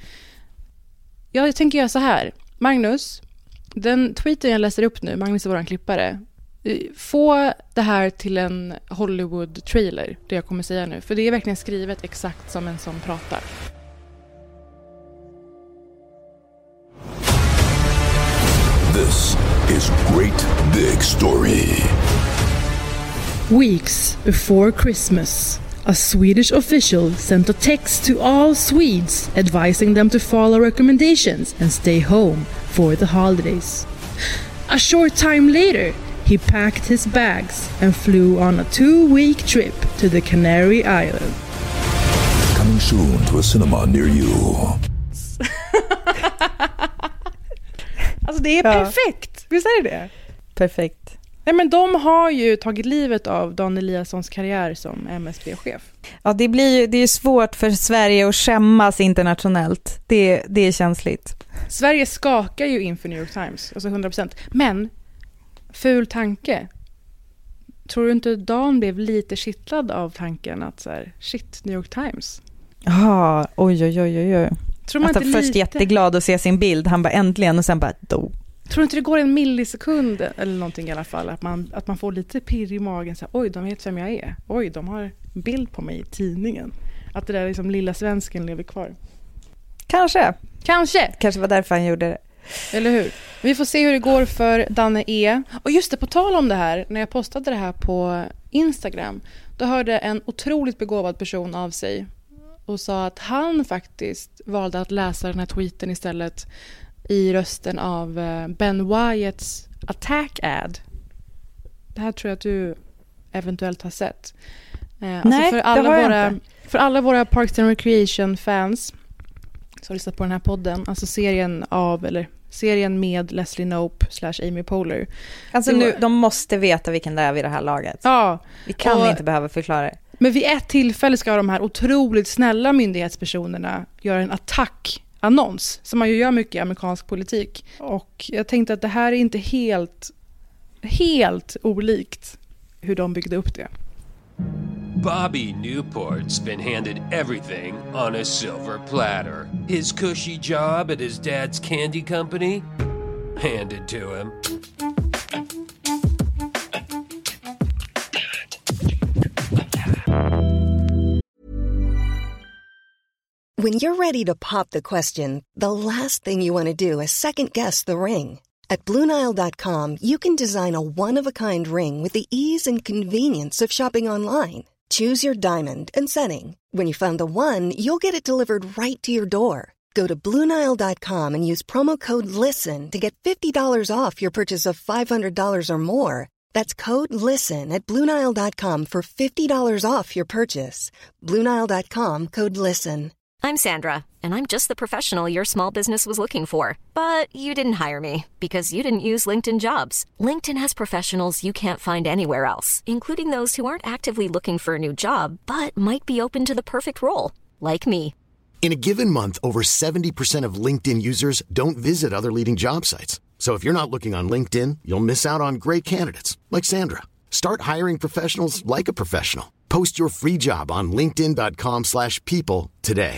Jag tänker göra så här. Magnus, den tweeten jag läser upp nu, Magnus är våran klippare. få det här till en Hollywood-trailer, det jag kommer säga nu. För det är verkligen skrivet exakt som en som pratar. This is Great Big Story. Weeks before Christmas, a Swedish official sent a text to all Swedes advising them to follow recommendations and stay home for the holidays. A short time later, he packed his bags and flew on a two-week trip to the Canary Island. Coming soon to a cinema near you. Alltså det är Ja. perfekt. Visst är det det? Perfekt. Nej, men de har ju tagit livet av Dan Eliassons karriär som M S B-chef. Ja, det blir ju, det är svårt för Sverige att skämmas internationellt. Det, det är känsligt. Sverige skakar ju inför New York Times, alltså hundra procent. Men, ful tanke. Tror du inte Dan blev lite kittlad av tanken att så här, shit, New York Times? Ja, oj, oj, oj, oj. Tror man att han inte först lite... jätteglad att se sin bild, han bara äntligen och sen bara do. Tror du inte det går en millisekund eller någonting i alla fall, att man, att man får lite pirr i magen, så här, oj, de vet vem jag är. Oj, de har en bild på mig i tidningen. Att det där liksom lilla svensken lever kvar. Kanske. Kanske. Kanske var därför han gjorde det. Eller hur? Vi får se hur det går för Danne E. Och just det, på tal om det här, när jag postade det här på Instagram, då hörde en otroligt begåvad person av sig och sa att han faktiskt valde att läsa den här tweeten istället i rösten av Ben Wyatts attack ad. Det här tror jag att du eventuellt har sett. Eh, alltså Nej, för alla det har jag våra, inte. För alla våra Parks and Recreation-fans som har lyssnat på den här podden, alltså serien av, eller serien med Leslie Knope slash Amy Poehler. Alltså Det var- nu, de måste veta vilken det är vid det här laget. Ja. Vi kan och- inte behöva förklara det. Men vid ett tillfälle ska de här otroligt snälla myndighetspersonerna göra en attackannons, som man ju gör mycket i amerikansk politik. Och jag tänkte att det här är inte helt, helt olikt hur de byggde upp det. Bobby Newport's been handed everything on a silver platter. His cushy job at his dad's candy company, handed to him. When you're ready to pop the question, the last thing you want to do is second-guess the ring. At Blue Nile dot com, you can design a one-of-a-kind ring with the ease and convenience of shopping online. Choose your diamond and setting. When you find the one, you'll get it delivered right to your door. Go to Blue Nile dot com and use promo code LISTEN to get fifty dollars off your purchase of five hundred dollars or more. That's code LISTEN at Blue Nile dot com for fifty dollars off your purchase. Blue Nile dot com, code LISTEN. I'm Sandra, and I'm just the professional your small business was looking for. But you didn't hire me because you didn't use LinkedIn Jobs. LinkedIn has professionals you can't find anywhere else, including those who aren't actively looking for a new job, but might be open to the perfect role, like me. In a given month, over seventy percent of LinkedIn users don't visit other leading job sites. So if you're not looking on LinkedIn, you'll miss out on great candidates like Sandra. Start hiring professionals like a professional. Post your free job on linkedin dot com slash people today.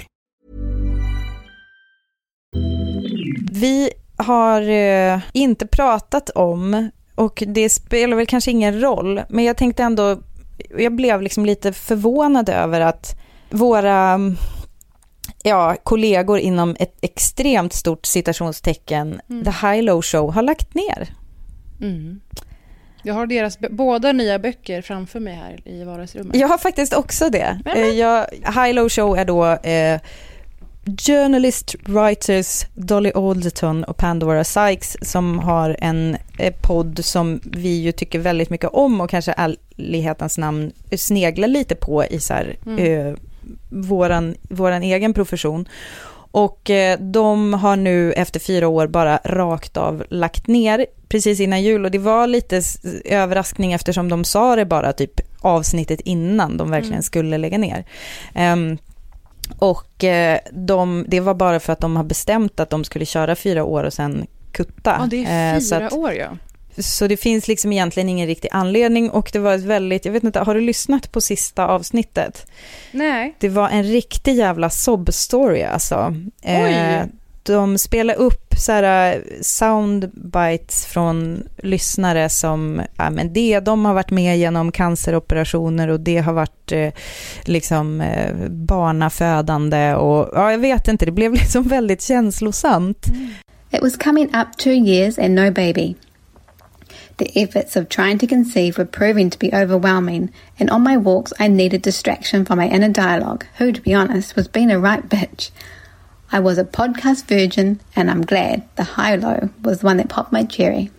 Vi har eh, inte pratat om, och det spelar väl kanske ingen roll, men jag tänkte ändå, jag blev liksom lite förvånad över att våra ja, kollegor inom ett extremt stort citationstecken, mm. The High Low Show, har lagt ner. Mm. Jag har deras b- båda nya böcker framför mig här i vardagsrummet. Jag har faktiskt också det. Mm. Eh, jag, High Low Show är då eh, journalist, writers Dolly Alderton och Pandora Sykes som har en eh, podd som vi ju tycker väldigt mycket om och kanske ärlighetens namn sneglar lite på i så här, mm. eh, våran, våran egen profession. Och eh, de har nu efter fyra år bara rakt av lagt ner precis innan jul, och det var lite s- överraskning eftersom de sa det bara typ avsnittet innan de verkligen mm. skulle lägga ner. Um, och eh, de, det var bara för att de har bestämt att de skulle köra fyra år och sen kutta. Ja, det är Eh, fyra så att, år, ja. Så det finns liksom egentligen ingen riktig anledning, och det var ett väldigt, jag vet inte, har du lyssnat på sista avsnittet? Nej. Det var en riktig jävla sob-story alltså. Oj. Eh, de spelar upp så här soundbites från lyssnare som, ja men det, de har varit med genom canceroperationer och det har varit eh, liksom eh, barnafödande och ja, jag vet inte, det blev liksom väldigt känslosamt. Mm. It was coming up two years and no baby. The efforts of trying to conceive were proving to be overwhelming, and on my walks I needed distraction from my inner dialogue, who, to be honest, was being a right bitch. I was a podcast virgin, and I'm glad the high-low was the one that popped my cherry.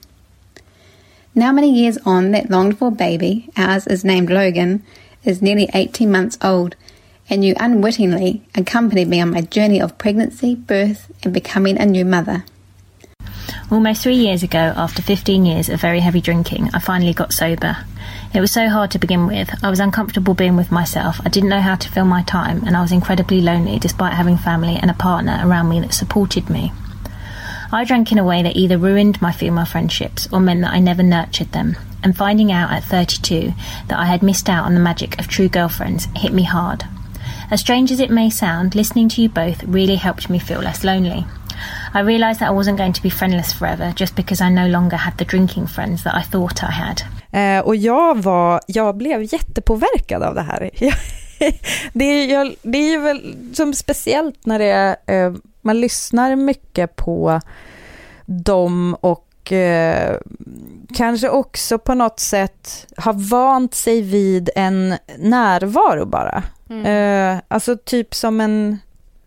Now many years on, that longed-for baby, ours is named Logan, is nearly eighteen months old, and you unwittingly accompanied me on my journey of pregnancy, birth, and becoming a new mother. Almost three years ago, after fifteen years of very heavy drinking, I finally got sober. It was so hard to begin with. I was uncomfortable being with myself. I didn't know how to fill my time, and I was incredibly lonely despite having family and a partner around me that supported me. I drank in a way that either ruined my female friendships or meant that I never nurtured them. And finding out at thirty-two that I had missed out on the magic of true girlfriends hit me hard. As strange as it may sound, listening to you both really helped me feel less lonely. I realised that I wasn't going to be friendless forever just because I no longer had the drinking friends that I thought I had. Eh, och jag var, jag blev jättepåverkad av det här. det, är, jag, det är ju väl som speciellt när det är, eh, man lyssnar mycket på dem och eh, kanske också på något sätt har vant sig vid en närvaro bara. Mm. Eh, alltså typ som en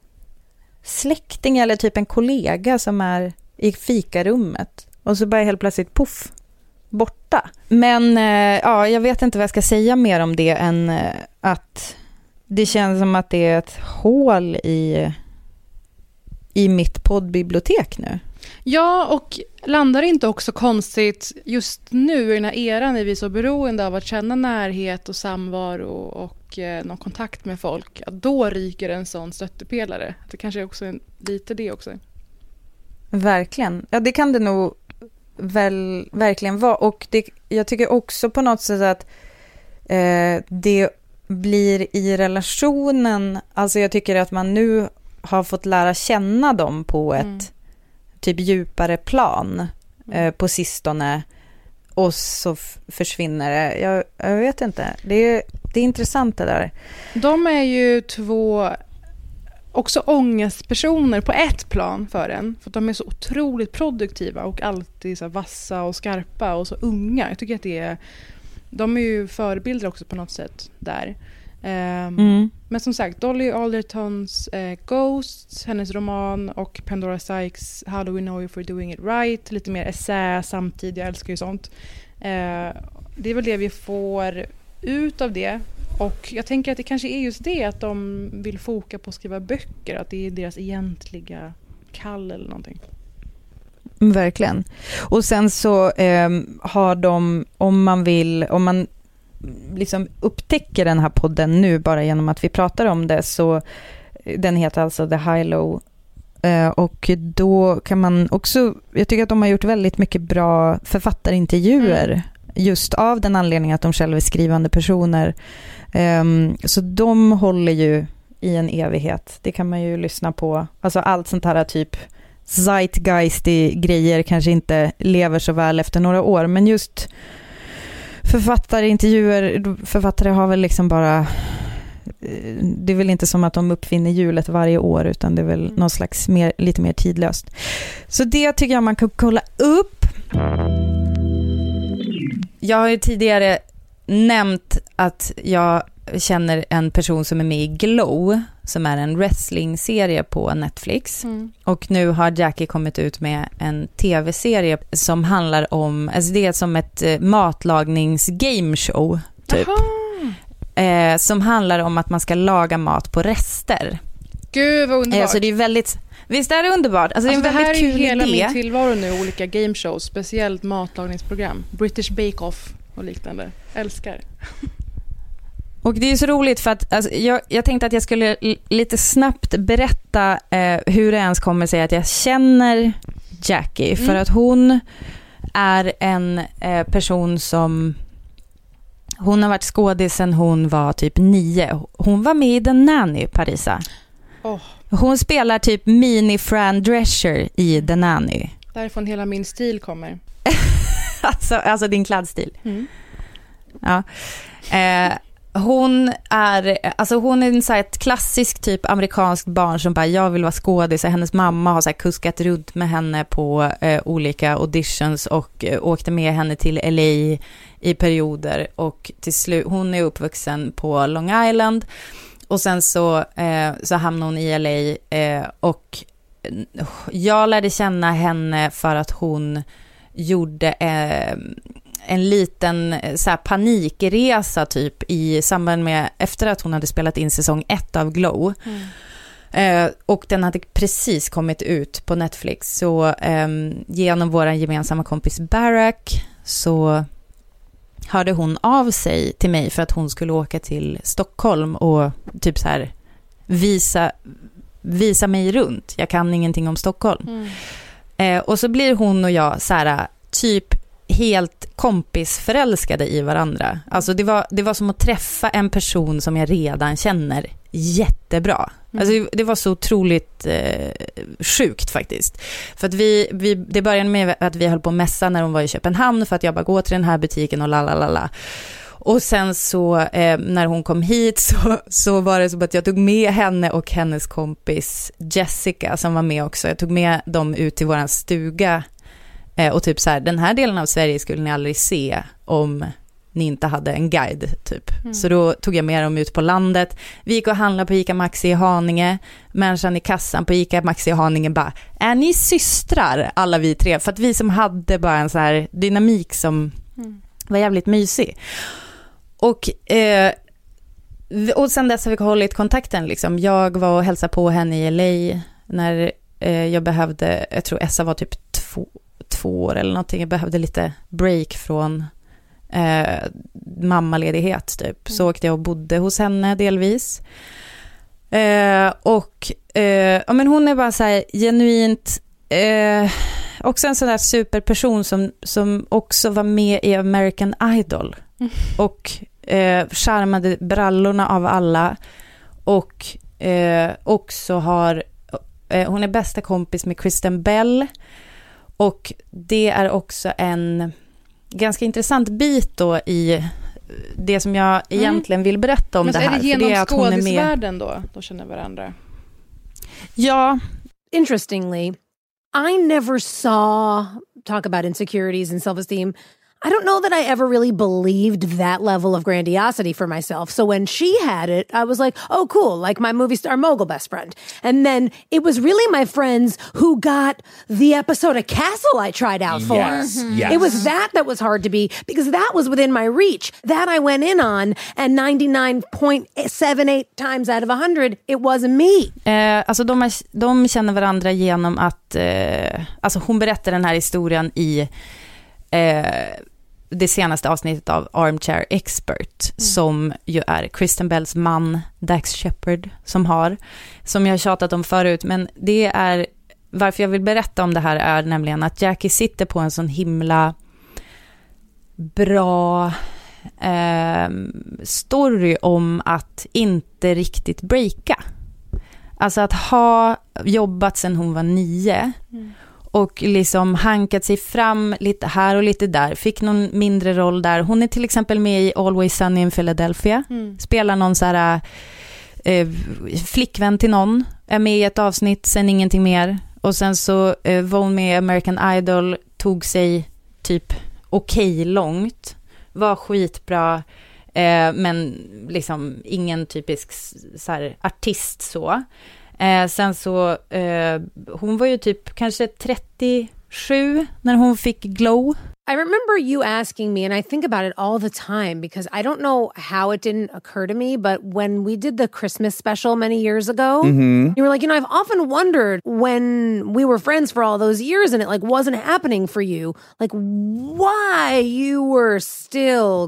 släkting eller typ en kollega som är i fikarummet och så bara helt plötsligt puff borta. Men eh, ja, jag vet inte vad jag ska säga mer om det än eh, att det känns som att det är ett hål i i mitt poddbibliotek nu. Ja, och landar inte också konstigt just nu i den här eran är vi så beroende av att känna närhet och samvaro och eh, någon kontakt med folk. Att då ryker en sån stöttepelare. Det kanske också är lite det också. Verkligen. Ja, det kan det nog väl verkligen vara. Och det, jag tycker också på något sätt att eh, det blir i relationen, alltså jag tycker att man nu har fått lära känna dem på ett mm. typ djupare plan eh, på sistone och så f- försvinner det. Jag, jag vet inte. Det är, det är intressant det där. De är ju två också ångestpersoner på ett plan för en. För att de är så otroligt produktiva och alltid så vassa och skarpa och så unga. Jag tycker att det är, de är ju förebilder också på något sätt där. Um, mm. Men som sagt, Dolly Aldertons uh, Ghosts, hennes roman och Pandora Sykes How Do We Know If We're Doing It Right, lite mer essä samtidigt, jag älskar ju sånt. Uh, det är väl det vi får ut av det. Och jag tänker att det kanske är just det att de vill foka på att skriva böcker, att det är deras egentliga kall eller någonting. Verkligen. Och sen så eh, har de, om man vill, om man liksom upptäcker den här podden nu bara genom att vi pratar om det, så den heter alltså The High Low eh, och då kan man också, jag tycker att de har gjort väldigt mycket bra författarintervjuer mm. just av den anledningen att de själva är skrivande personer, eh, så de håller ju i en evighet. Det kan man ju lyssna på, alltså allt sånt här typ zeitgeistig grejer kanske inte lever så väl efter några år, men just författare, intervjuer, författare har väl liksom bara, det är väl inte som att de uppfinner hjulet varje år, utan det är väl någon slags mer, lite mer tidlöst. Så det tycker jag man kan kolla upp. Jag har ju tidigare nämnt att jag känner en person som är med i Glow, som är en wrestling-serie på Netflix. Mm. Och nu har Jackie kommit ut med en tv-serie som handlar om, alltså det är som ett matlagningsgameshow typ. Eh, som handlar om att man ska laga mat på rester. Gud vad underbart. Eh, så det är väldigt, visst är det underbart? Alltså, alltså det är en väldigt kul idé. Det här är hela min tillvaro nu, olika gameshows, speciellt matlagningsprogram. British Bake Off och liknande. Älskar. Och det är så roligt för att alltså, jag, jag tänkte att jag skulle l- lite snabbt berätta eh, hur det ens kommer sig att jag känner Jackie. Mm. För att hon är en eh, person som, hon har varit skådis sedan hon var typ nio. Hon var med i The Nanny, Parisa. Oh. Hon spelar typ mini-Fran Drescher i The Nanny. Därifrån hela min stil kommer. alltså, alltså din klädstil. Mm. Ja. Eh, hon är alltså hon är en så här ett klassisk typ amerikansk barn som bara jag vill vara skådis. Hennes mamma har så här kuskat runt med henne på eh, olika auditions och eh, åkte med henne till L A i perioder och till slut hon är uppvuxen på Long Island och sen så eh, så hamnade hon i L A eh, och jag lärde känna henne för att hon gjorde eh, en liten så här, panikresa typ i samband med efter att hon hade spelat in säsong ett av Glow. Mm. Eh, och den hade precis kommit ut på Netflix så eh, genom våran gemensamma kompis Barack så hörde hon av sig till mig för att hon skulle åka till Stockholm och typ så här visa visa mig runt. Jag kan ingenting om Stockholm. Mm. Eh, och så blir hon och jag så här typ helt kompisförälskade i varandra. Alltså det var, det var som att träffa en person som jag redan känner jättebra. Mm. Alltså det var så otroligt eh, sjukt faktiskt. För att vi, vi, det började med att vi höll på att mässa när hon var i Köpenhamn för att jag bara går till den här butiken och lalalala. Och sen så eh, när hon kom hit så, så var det så att jag tog med henne och hennes kompis Jessica som var med också. Jag tog med dem ut till våran stuga eh, och typ så här, den här delen av Sverige skulle ni aldrig se om ni inte hade en guide typ. Mm. Så då tog jag med dem ut på landet. Vi gick och handlade på Ica Maxi i Haninge. Människan i kassan på Ica Maxi i Haninge bara, är ni systrar alla vi tre? För att vi som hade bara en så här dynamik som mm. var jävligt mysig. Och, eh, och sen dess har vi hållit kontakten. Liksom. Jag var och hälsade på henne i L A när eh, jag behövde, jag tror Essa var typ två, två år eller någonting. Jag behövde lite break från eh, mammaledighet typ. Så åkte jag och bodde hos henne delvis. Eh, och eh, ja, men hon är bara så här genuint eh, också en sån där superperson som, som också var med i American Idol. Mm. Och eh, charmade brallorna av alla och eh, också har eh, hon är bästa kompis med Kristen Bell och det är också en ganska intressant bit då i det som jag egentligen mm. vill berätta om. Men det här. Men är det genom för det är att hon är med... då? Då känner varandra. Ja. Interestingly, I never saw talk about insecurities and self-esteem. I don't know that I ever really believed that level of grandiosity for myself. So when she had it, I was like, oh, cool, like my movie star mogul best friend. And then it was really my friends who got the episode of Castle I tried out for. Yes, mm-hmm. yes. It was that that was hard to be because that was within my reach. That I went in on, and ninety-nine point seven eight times out of one hundred, it wasn't me. Eh, alltså de, är, de känner varandra genom att, eh, alltså hon berättar den här historien i... Eh, det senaste avsnittet av Armchair Expert mm. som ju är Kristen Bells man Dax Shepard som har, som jag har tjatat om förut, men det är varför jag vill berätta om det här är nämligen att Jackie sitter på en sån himla bra eh, story om att inte riktigt breaka. Alltså att ha jobbat sedan hon var nio mm. och liksom hankat sig fram lite här och lite där. Fick någon mindre roll där. Hon är till exempel med i Always Sunny in Philadelphia. Mm. Spelar någon så här eh, flickvän till någon. Är med i ett avsnitt, sen ingenting mer. Och sen så eh, var hon med i American Idol. Tog sig typ okej okay långt. Var skitbra. Eh, men liksom ingen typisk så här, artist så. Eh, sen så, eh, hon var ju typ kanske trettiosju när hon fick Glow. I remember you asking me, and I think about it all the time because I don't know how it didn't occur to me, but when we did the Christmas special many years ago, mm-hmm. you were like, you know, I've often wondered when we were friends for all those years and it like wasn't happening for you, like why you were still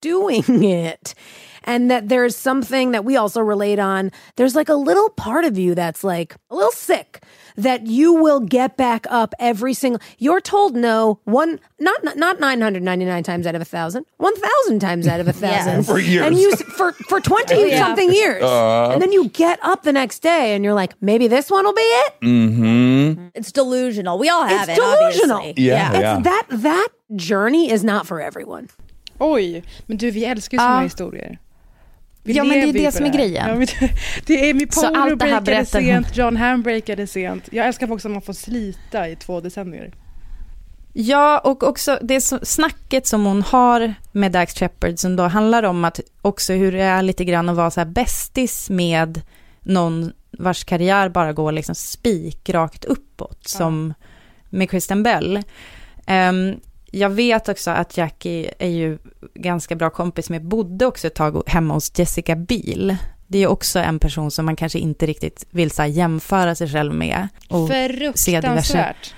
doing it. And that there's something that we also relate on. There's like a little part of you that's like a little sick, that you will get back up every single, you're told no, one, not, not, not nine hundred ninety-nine times out of a thousand, one thousand times out of a thousand. Yeah. For years. And you, for, for twenty yeah. something years. Uh, and then you get up the next day and you're like, maybe this one will be it. Mm-hmm. It's delusional. We all have it's it, delusional. obviously. Yeah, yeah. yeah. It's that, that journey is not for everyone. Oj, men du, vi älskar ju såna här historier. Vi ja, men det är det det som är grejen. Ja, men det, det är Amy Poehler breakade sent, hon... John Hamm breakade sent. Jag älskar folk som man får slita i två decennier. Ja, och också det så, snacket som hon har med Dax Shepard som då handlar om att också hur det är lite grann att vara så här bästis med någon vars karriär bara går liksom spikrakt uppåt, ja. Som med Kristen Bell. Um, Jag vet också att Jackie är ju ganska bra kompis med, bodde också ett tag hemma hos Jessica Biel. Det är också en person som man kanske inte riktigt vill så här, jämföra sig själv med. Och fruktansvärt.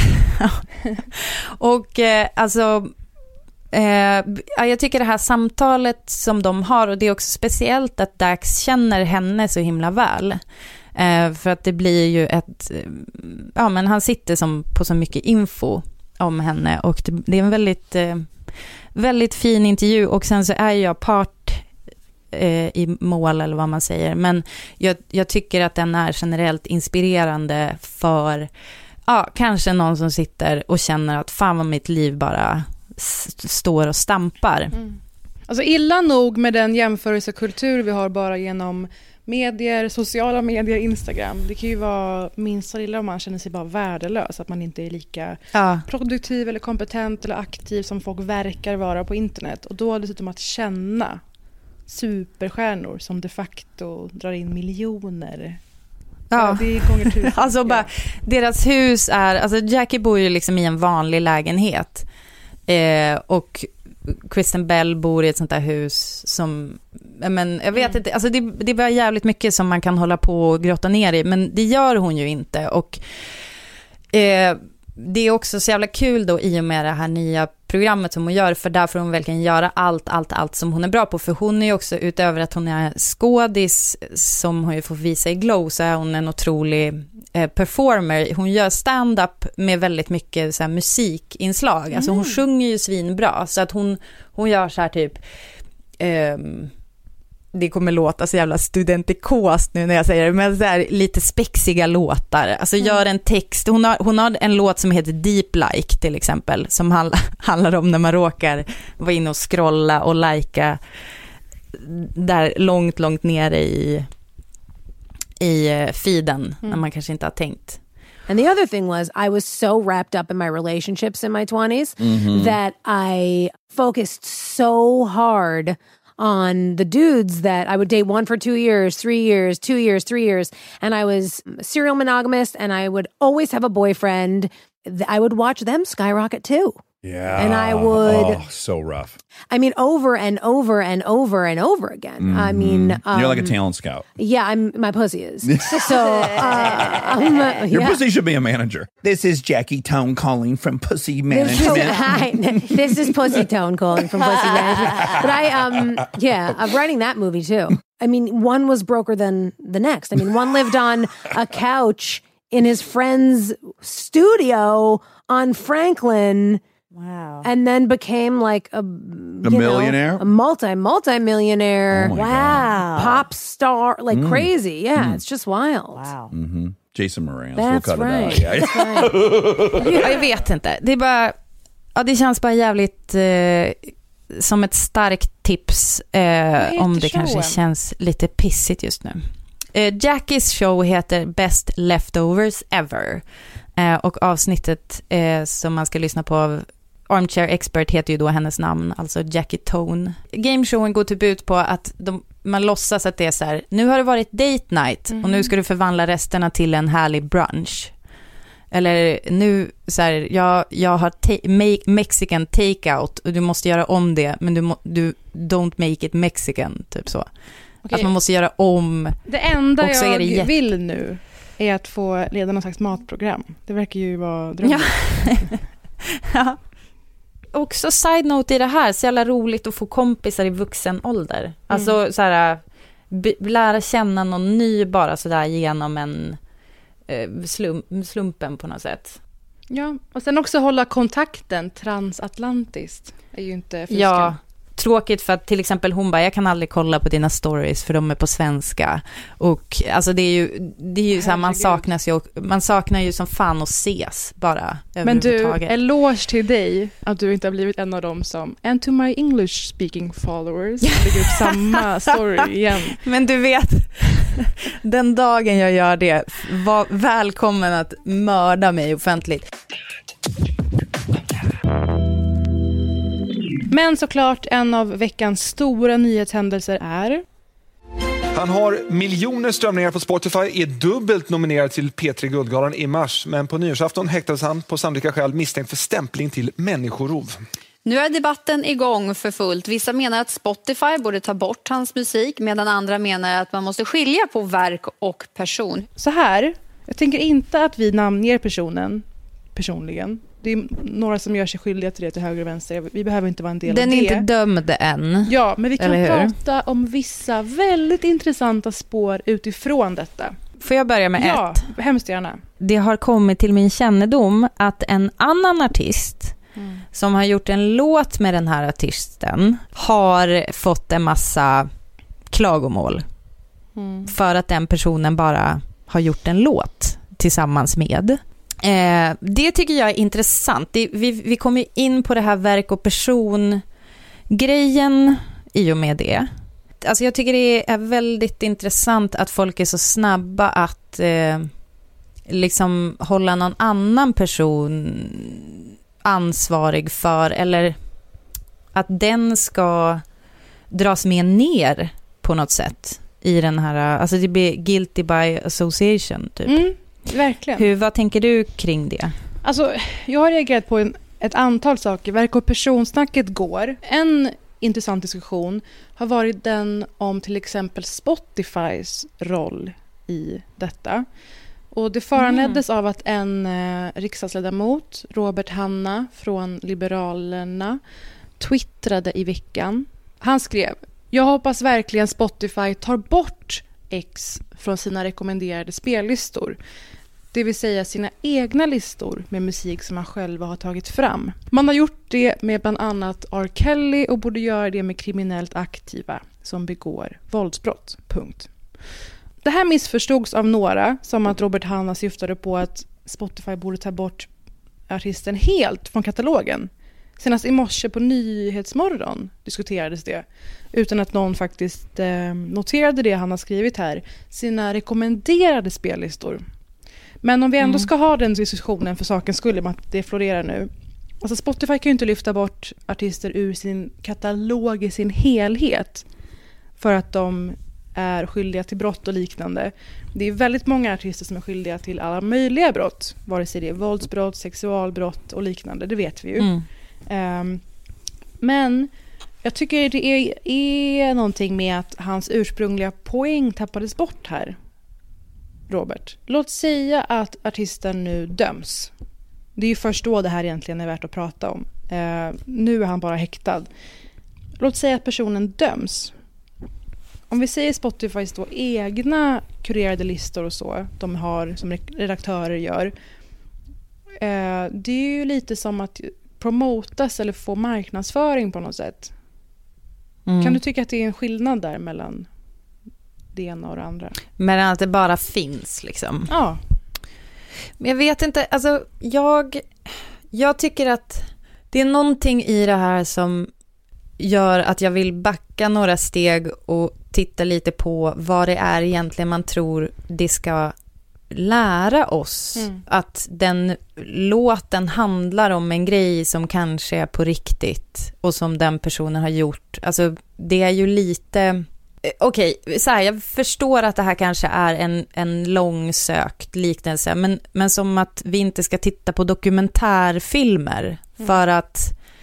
och eh, alltså eh, jag tycker det här samtalet som de har, och det är också speciellt att Dax känner henne så himla väl. Eh, för att det blir ju ett, ja men han sitter som på så mycket info om henne, och det, det är en väldigt eh, väldigt fin intervju, och sen så är jag part eh, i mål eller vad man säger, men jag, jag tycker att den är generellt inspirerande för ja, kanske någon som sitter och känner att fan vad mitt liv bara st- står och stampar. Mm. Alltså illa nog med den jämförelsekultur vi har bara genom medier, sociala medier, Instagram. Det kan ju vara minst illa om man känner sig bara värdelös, att man inte är lika ja. produktiv eller kompetent eller aktiv som folk verkar vara på internet. Och då dessutom att känna superstjärnor som de facto drar in miljoner. Ja, det är gånger tusen. Alltså bara, deras hus är, alltså Jackie bor ju liksom i en vanlig lägenhet eh, och Kristen Bell bor i ett sånt där hus som, men jag vet mm. inte, alltså det, det var jävligt mycket som man kan hålla på och grotta ner i, men det gör hon ju inte. Och eh, det är också så jävla kul då i och med det här nya programmet som hon gör, för där får hon verkligen göra allt, allt, allt som hon är bra på, för hon är ju också, utöver att hon är skådis som hon ju får visa i Glow, så är hon en otrolig eh, performer. Hon gör stand-up med väldigt mycket så här, musikinslag, mm. alltså hon sjunger ju svinbra, så att hon, hon gör så här typ ehm, det kommer låta så jävla studentikost nu när jag säger det, men så här, lite spexiga låtar. Alltså mm. gör en text. Hon har, hon har en låt som heter Deep Like till exempel, som handl- handlar om när man råkar vara inne och scrolla och lajka där långt, långt nere i, i feeden mm. när man kanske inte har tänkt. And the other thing was, I was so wrapped up in my relationships in my twenties mm-hmm. that I focused so hard on the dudes that I would date, one for two years, three years, two years, three years. And I was serial monogamous, and I would always have a boyfriend. I would watch them skyrocket too. Yeah. And I would... Oh, so rough. I mean, over and over and over and over again. Mm-hmm. I mean... Um, You're like a talent scout. Yeah, I'm. My pussy is. So, uh, um, uh, Your yeah. pussy should be a manager. This is Jackie Tone calling from Pussy Management. This is, hi, this is Pussy Tone calling from Pussy Management. But I, um, yeah, I'm writing that movie too. I mean, one was broker than the next. I mean, one lived on a couch in his friend's studio on Franklin. Wow. And then became like a, a you millionaire? know, a multi, multi-millionaire. Oh wow. God. Pop star, like mm. crazy. Yeah, mm. it's just wild. Wow. Mm-hmm. Jason Moran. That's we'll cut right. it out. Yeah. That's right. Ja, jag vet inte. Det är bara, ja, det känns bara jävligt eh, som ett starkt tips eh, om det kanske känns lite pissigt just nu. Eh, Jackies show heter Best Leftovers Ever. Eh, och avsnittet eh, som man ska lyssna på av Armchair Expert heter ju då hennes namn, alltså Jackie Tone. Gameshowen går typ ut på att de, man låtsas att det är så här, nu har det varit date night mm. och nu ska du förvandla resterna till en härlig brunch. Eller nu så här, jag, jag har ta- make Mexican takeout och du måste göra om det, men du, må, du don't make it Mexican, typ så. Okay. Att man måste göra om. Det enda jag det jätt- vill nu är att få leda någon slags matprogram. Det verkar ju vara drömmen. Ja. Ja. också side note i det här, så jävla roligt att få kompisar i vuxen ålder. Alltså mm. så här, b- lära känna någon ny bara så där genom en eh, slum, slumpen på något sätt. Ja, och sen också hålla kontakten transatlantiskt är ju inte fuskan. Ja, tråkigt för att till exempel hon bara, jag kan aldrig kolla på dina stories för de är på svenska. Och alltså det är ju, det är ju så här, man saknas ju, man saknar ju som fan att ses bara. Men du, eloge till dig att du inte har blivit en av dem som, and to my English speaking followers, lägger upp samma story igen. Men du vet, den dagen jag gör det, var välkommen att mörda mig offentligt. Men såklart en av veckans stora nyhetshändelser är... Han har miljoner strömningar på Spotify, är dubbelt nominerad till P tre Guldgalan i mars. Men på nyårsafton häktades han på sannolika skäl misstänkt för stämpling till människorov. Nu är debatten igång för fullt. Vissa menar att Spotify borde ta bort hans musik, medan andra menar att man måste skilja på verk och person. Så här, jag tänker inte att vi namnger personen personligen. Det är några som gör sig skyldiga till det till höger och vänster. Vi behöver inte vara en del Den av det. Den är inte dömd än. Ja, men vi kan prata om vissa väldigt intressanta spår utifrån detta. Får jag börja med ja, ett? Ja, hemskt gärna. Det har kommit till min kännedom att en annan artist mm. som har gjort en låt med den här artisten har fått en massa klagomål. Mm. För att den personen bara har gjort en låt tillsammans med. Eh, det tycker jag är intressant. Det, vi, vi kommer in på det här verk- och person-grejen i och med det. Alltså jag tycker det är väldigt intressant att folk är så snabba att eh, liksom hålla någon annan person ansvarig för, eller att den ska dras med ner på något sätt i den här, alltså det blir guilty by association typ. Mm. Verkligen. Hur, vad tänker du kring det? Alltså, jag har reagerat på en, ett antal saker. Verk- och personsnacket går. En intressant diskussion har varit den om till exempel Spotifys roll i detta. Och det föranleddes mm. av att en eh, riksdagsledamot, Robert Hanna från Liberalerna, twittrade i veckan. Han skrev: jag hoppas verkligen Spotify tar bort X från sina rekommenderade spellistor. Det vill säga sina egna listor med musik som man själva har tagit fram. Man har gjort det med bland annat R. Kelly och borde göra det med kriminellt aktiva som begår våldsbrott. Punkt. Det här missförstods av några som att Robert Hanna syftade på att Spotify borde ta bort artisten helt från katalogen. Senast i morse på Nyhetsmorgon diskuterades det, utan att någon faktiskt eh, noterade det han har skrivit här, sina rekommenderade spellistor. Men om vi ändå mm. ska ha den diskussionen för sakens skull, om att det florerar nu. Alltså Spotify kan ju inte lyfta bort artister ur sin katalog i sin helhet för att de är skyldiga till brott och liknande. Det är väldigt många artister som är skyldiga till alla möjliga brott, vare sig det är våldsbrott, sexualbrott och liknande, det vet vi ju. Mm. Um, men jag tycker det är, är någonting med att hans ursprungliga poäng tappades bort här, Robert. Låt säga att artisten nu döms. Det är ju först då det här egentligen är värt att prata om. Uh, nu är han bara häktad. Låt säga att personen döms. Om vi säger Spotifys då egna kurerade listor och så, de har som redaktörer gör. Uh, det är ju lite som att promotas eller få marknadsföring på något sätt. Mm. Kan du tycka att det är en skillnad där mellan det ena och det andra? Men att det bara finns liksom. Ja. Men jag vet inte, alltså jag jag tycker att det är någonting i det här som gör att jag vill backa några steg och titta lite på vad det är egentligen man tror det ska lära oss. Mm. Att den låten handlar om en grej som kanske är på riktigt och som den personen har gjort. Alltså det är ju lite... Okej, okay, så här, jag förstår att det här kanske är en, en långsökt liknelse, men, men som att vi inte ska titta på dokumentärfilmer mm. för att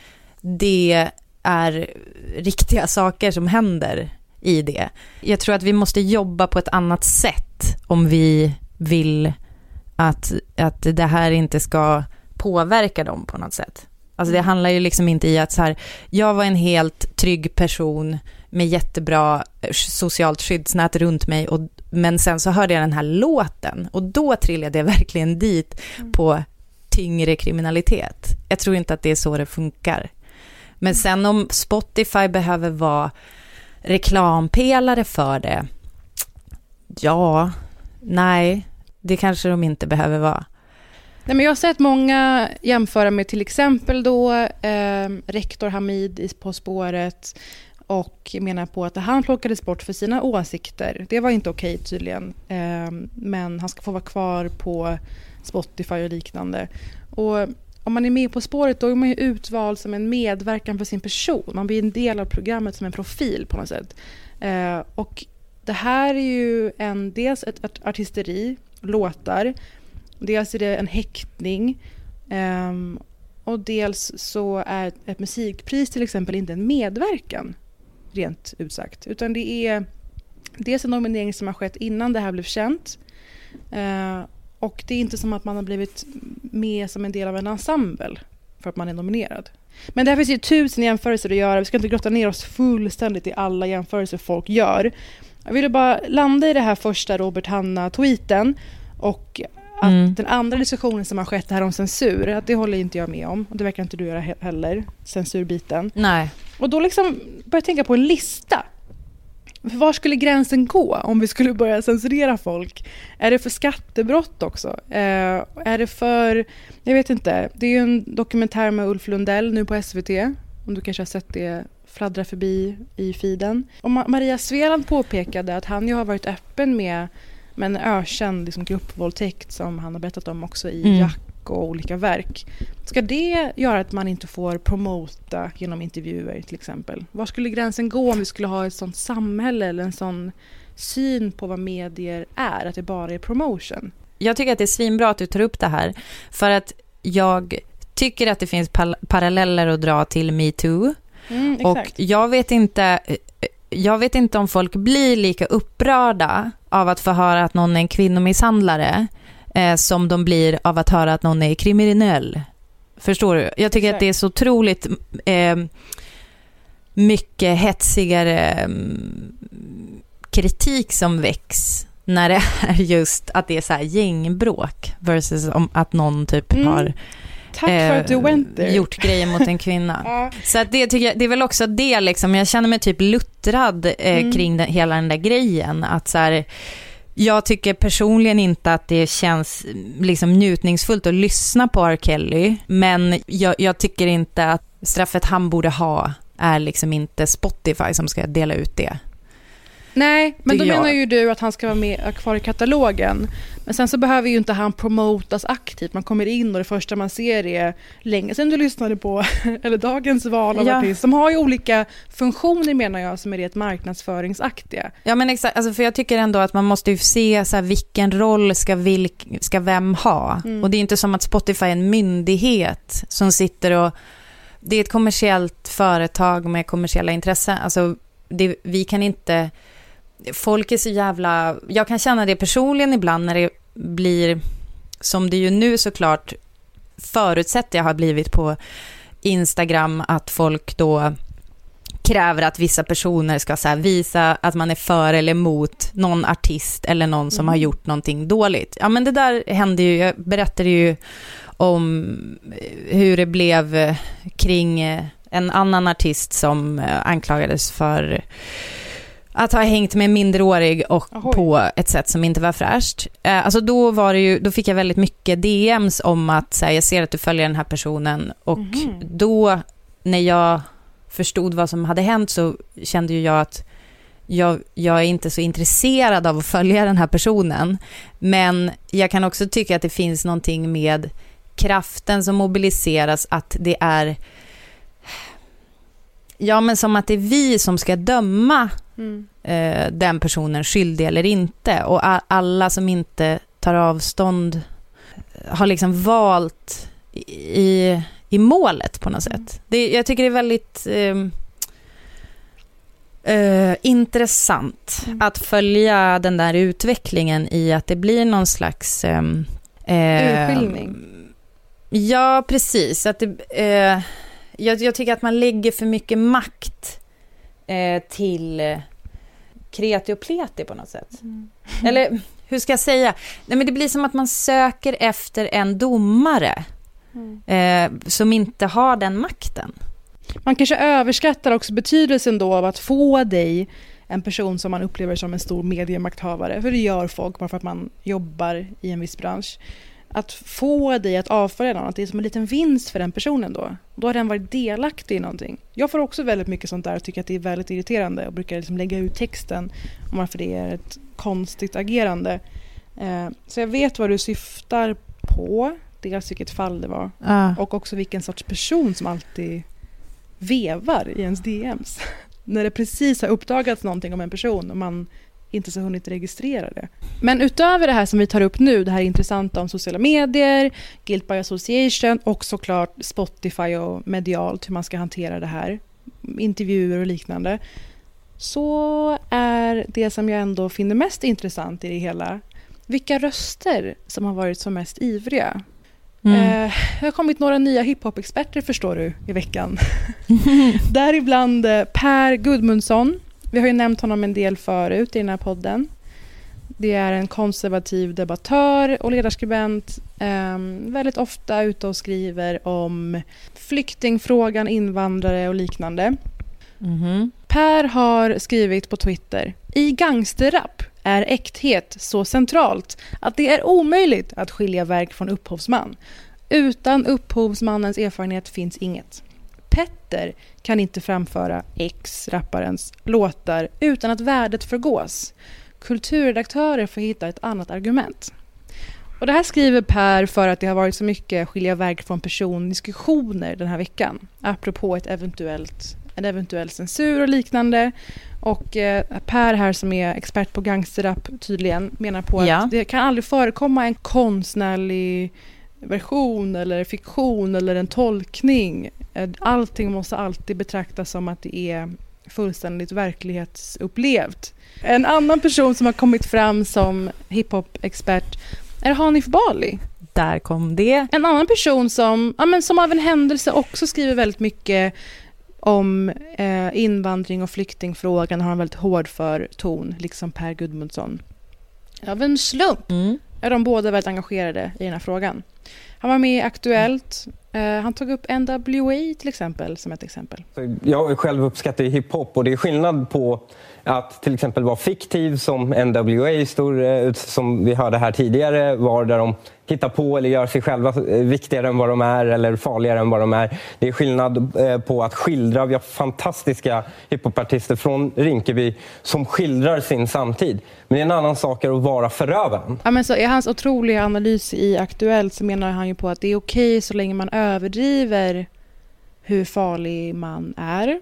det är riktiga saker som händer i det. Jag tror att vi måste jobba på ett annat sätt om vi vill att, att det här inte ska påverka dem på något sätt. Alltså det handlar ju liksom inte i att så här, jag var en helt trygg person med jättebra socialt skyddsnät runt mig, och, men sen så hörde jag den här låten och då trillade jag verkligen dit mm. på tyngre kriminalitet. Jag tror inte att det är så det funkar. Men sen om Spotify behöver vara reklampelare för det, ja, nej, det kanske de inte behöver vara. Nej, men jag har sett många jämföra med till exempel då eh, rektor Hamid i På spåret, och menar på att han plockades bort för sina åsikter. Det var inte okej tydligen, eh, men han ska få vara kvar på Spotify och liknande. Och om man är med På spåret, då är man ju utvald som en medverkan för sin person. Man blir en del av programmet som en profil på något sätt. Eh, och det här är ju en, dels ett, ett artisteri, låtar. Dels är det en häktning. Um, och dels så är ett musikpris till exempel inte en medverkan, rent utsagt. Utan det är dels en nominering som har skett innan det här blev känt. Uh, och det är inte som att man har blivit med som en del av en ensemble för att man är nominerad. Men det här finns ju tusen jämförelser att göra. Vi ska inte grotta ner oss fullständigt i alla jämförelser folk gör. Jag ville bara landa i det här första Robert Hanna-tweeten, och att mm. den andra diskussionen som har skett här om censur, att det håller inte jag med om. Och det verkar inte du göra he- heller, censurbiten. Nej. Och då liksom börjar jag tänka på en lista. För var skulle gränsen gå om vi skulle börja censurera folk? Är det för skattebrott också? Eh, är det för, jag vet inte, det är ju en dokumentär med Ulf Lundell nu på S V T. Om du kanske har sett det fladdra förbi i feeden. Och Ma- Maria Sveland påpekade att han ju har varit öppen med men en ökänd liksom, gruppvåldtäkt som han har berättat om också i mm. Jack och olika verk. Ska det göra att man inte får promota genom intervjuer till exempel? Var skulle gränsen gå om vi skulle ha ett sånt samhälle eller en sån syn på vad medier är, att det bara är promotion? Jag tycker att det är svinbra att du tar upp det här, för att jag tycker att det finns pal- paralleller att dra till MeToo. Mm, och jag vet inte... Jag vet inte om folk blir lika upprörda av att få höra att någon är en kvinnomisshandlare eh, som de blir av att höra att någon är kriminell. Förstår du? Jag tycker att det är så otroligt eh, mycket hetsigare eh, kritik som väcks när det är just att det är så här gängbråk versus om att någon typ mm. har Tack för att du went there. Gjort grejer mot en kvinna. Ja. Så att det tycker jag, det är väl också det liksom, jag känner mig typ luttrad eh, mm. kring den, hela den där grejen, att så här, jag tycker personligen inte att det känns liksom njutningsfullt att lyssna på R. Kelly, men jag, jag tycker inte att straffet han borde ha är liksom inte Spotify som ska dela ut det. Nej, men då jag. menar ju du att han ska vara med kvar i katalogen. Men sen så behöver ju inte han promotas aktivt. Man kommer in och det första man ser är länge sedan du lyssnade på eller dagens val av ja. artist. Som har ju olika funktioner, menar jag, som är det marknadsföringsaktiga. Ja, men exakt. Alltså, för jag tycker ändå att man måste ju se så här, vilken roll ska, vilk, ska vem ha. Mm. Och det är inte som att Spotify är en myndighet som sitter och... Det är ett kommersiellt företag med kommersiella intressen. Alltså, det, vi kan inte... Folk är så jävla... Jag kan känna det personligen ibland när det blir, som det ju nu såklart förutsätter jag har blivit på Instagram, att folk då kräver att vissa personer ska så här visa att man är för eller emot någon artist eller någon som mm. har gjort någonting dåligt. Ja, men det där hände ju, jag berättade ju om hur det blev kring en annan artist som anklagades för att ha hängt med minderårig och Ahoy. på ett sätt som inte var fräscht. Eh, alltså då var det ju, då fick jag väldigt mycket D M:s om att så här, jag ser att du följer den här personen, och mm-hmm. då när jag förstod vad som hade hänt så kände ju jag att jag, jag är inte så intresserad av att följa den här personen, men jag kan också tycka att det finns någonting med kraften som mobiliseras, att det är ja, men som att det är vi som ska döma mm. eh, den personen skyldig eller inte. Och a- alla som inte tar avstånd har liksom valt i, i målet på något mm. sätt. Det, jag tycker det är väldigt eh, eh, intressant mm. att följa den där utvecklingen i att det blir någon slags... Eh, urskiljning. Ja, precis. Att det, eh, jag, jag tycker att man lägger för mycket makt eh, till eh, kreti och pleti på något sätt. Mm. Eller hur ska jag säga? Nej, men det blir som att man söker efter en domare mm. eh, som inte har den makten. Man kanske överskattar också betydelsen då av att få dig en person som man upplever som en stor mediemakthavare. För det gör folk bara för att man jobbar i en viss bransch. Att få dig att avföra någon, att det är som en liten vinst för den personen då. Då har den varit delaktig i någonting. Jag får också väldigt mycket sånt där och tycker att det är väldigt irriterande. Och brukar liksom lägga ut texten om varför det är ett konstigt agerande. Eh, så jag vet vad du syftar på. Dels vilket fall det var. Ah. Och också vilken sorts person som alltid vevar i ens D M's. När det precis har uppdagats någonting om en person och man inte så hunnit registrera det. Men utöver det här som vi tar upp nu, det här intressanta om sociala medier, guilt by association och såklart Spotify och medialt, hur man ska hantera det här, intervjuer och liknande, så är det som jag ändå finner mest intressant i det hela, vilka röster som har varit som mest ivriga. Mm. Eh, det har kommit några nya hiphop-experter, förstår du, i veckan. Däribland eh, Per Gudmundsson. Vi har ju nämnt honom en del förut i den här podden. Det är en konservativ debattör och ledarskribent. Eh, väldigt ofta ute och skriver om flyktingfrågan, invandrare och liknande. Mm-hmm. Per har skrivit på Twitter: i gangsterrap är äkthet så centralt att det är omöjligt att skilja verk från upphovsman. Utan upphovsmannens erfarenhet finns inget. Petter kan inte framföra X-rapparens låtar utan att värdet förgås. Kulturredaktörer får hitta ett annat argument. Och det här skriver Per för att det har varit så mycket skilja verk från person-diskussioner den här veckan. Apropå ett eventuellt, en eventuell censur och liknande. Och eh, Per här som är expert på gangsterrap tydligen menar på ja. att det kan aldrig förekomma en konstnärlig version eller fiktion eller en tolkning. Allting måste alltid betraktas som att det är fullständigt verklighetsupplevt. En annan person som har kommit fram som hiphop-expert är Hanif Bali. Där kom det. En annan person som, ja, men som av en händelse också skriver väldigt mycket om eh, invandring och flyktingfrågan, har en väldigt hård för ton, liksom Per Gudmundsson. Av en slump mm. är de båda väldigt engagerade i den här frågan. Han var med i Aktuellt. Uh, han tog upp N W A till exempel som ett exempel. Jag själv uppskattar hiphop och det är skillnad på att till exempel vara fiktiv som N W A stor, som vi hörde här tidigare, var där de hittar på eller gör sig själva viktigare än vad de är eller farligare än vad de är. Det är skillnad på att skildra. Vi har fantastiska hiphopartister från Rinkeby som skildrar sin samtid. Men det är en annan sak att vara förövaren. Ja, men så i hans otroliga analys i Aktuellt så menar han ju på att det är okej så länge man överdriver hur farlig man är.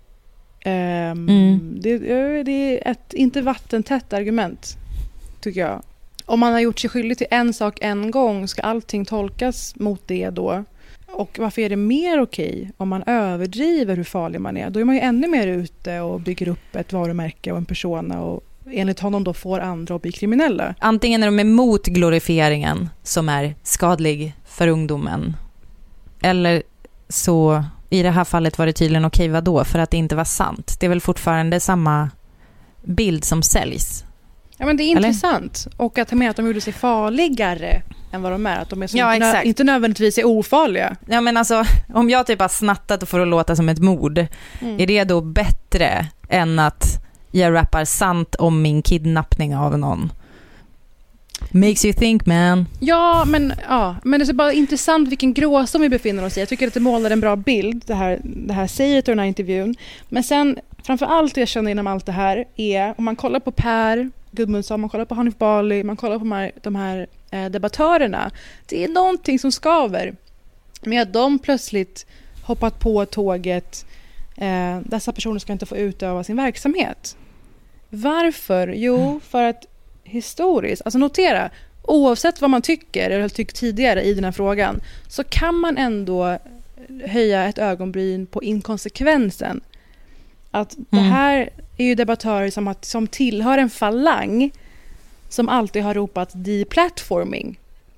Um, mm. det, det är ett inte vattentätt argument, tycker jag. Om man har gjort sig skyldig till en sak en gång, ska allting tolkas mot det då? Och varför är det mer okej om man överdriver hur farlig man är? Då är man ju ännu mer ute och bygger upp ett varumärke och en persona och enligt honom då får andra att bli kriminella. Antingen är de emot glorifieringen som är skadlig för ungdomen, eller så i det här fallet var det tydligen okej, vad då? För att det inte var sant. Det är väl fortfarande samma bild som säljs. Ja, men det är intressant. Eller? Och att med att de gjorde sig farligare än vad de är. Att de är så ja, inte, nö- inte nödvändigtvis är ofarliga. Ja, men alltså, om jag typ har snattat och får att låta som ett mord, mm. är det då bättre än att jag rappar sant om min kidnappning av någon? Makes you think, man. Ja, men, ja, men det är bara intressant vilken gråzon vi befinner oss i. Jag tycker att det målar en bra bild, det här, det här säger till den här intervjun. Men sen, framför allt det jag känner inom allt det här är, om man kollar på Per Gudmundsson, man kollar på Hanif Bali, man kollar på de här, de här eh, debattörerna. Det är någonting som skaver med att de plötsligt hoppat på tåget. Eh, dessa personer ska inte få utöva sin verksamhet. Varför? Jo, för att historiskt, alltså notera, oavsett vad man tycker eller har tyckt tidigare i den här frågan, så kan man ändå höja ett ögonbryn på inkonsekvensen. Att mm. det här är ju debattörer som, som tillhör en falang som alltid har ropat deplatforming.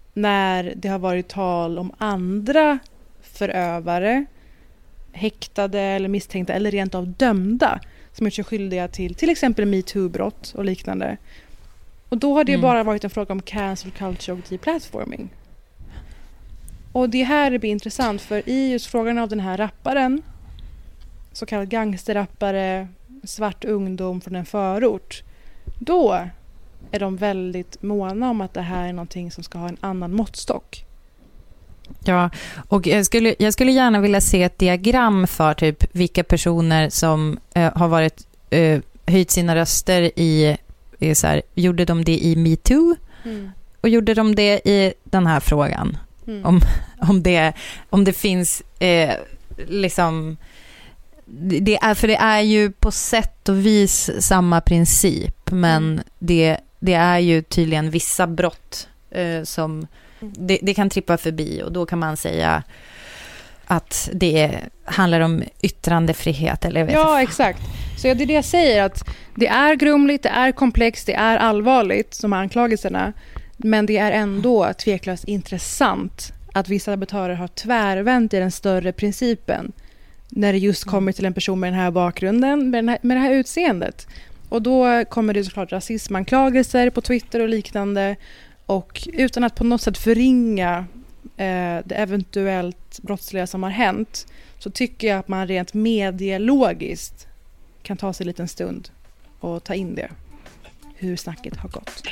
när det har varit tal om andra förövare, häktade eller misstänkta eller rent av dömda som är skyldiga till till exempel MeToo-brott och liknande. Och då har det mm. bara varit en fråga om cancel culture och deplatforming. Och det här blir intressant, för i just frågan av den här rapparen, så kallad gangsterrappare, svart ungdom från en förort, då är de väldigt måna om att det här är någonting som ska ha en annan måttstock. Ja, och jag skulle, jag skulle gärna vilja se ett diagram för typ vilka personer som eh, har varit eh, höjt sina röster i, i så här, gjorde de det i MeToo mm. och gjorde de det i den här frågan. Mm. Om, om, det, om det finns eh, liksom det är, för det är ju på sätt och vis samma princip, men mm. det, det är ju tydligen vissa brott eh, som det, det kan trippa förbi, och då kan man säga att det handlar om yttrandefrihet eller jag vet ja, inte. Exakt. Så det är det jag säger, att det är grumligt, det är komplext, det är allvarligt som anklagelserna, men det är ändå tveklöst intressant att vissa debattörer har tvärvänt i den större principen när det just kommer till en person med den här bakgrunden, med, den här, med det här utseendet. Och då kommer det såklart rasismanklagelser på Twitter och liknande, och utan att på något sätt förringa eh, det eventuellt brottsliga som har hänt, så tycker jag att man rent medielogiskt kan ta sig en liten stund och ta in det, hur snacket har gått.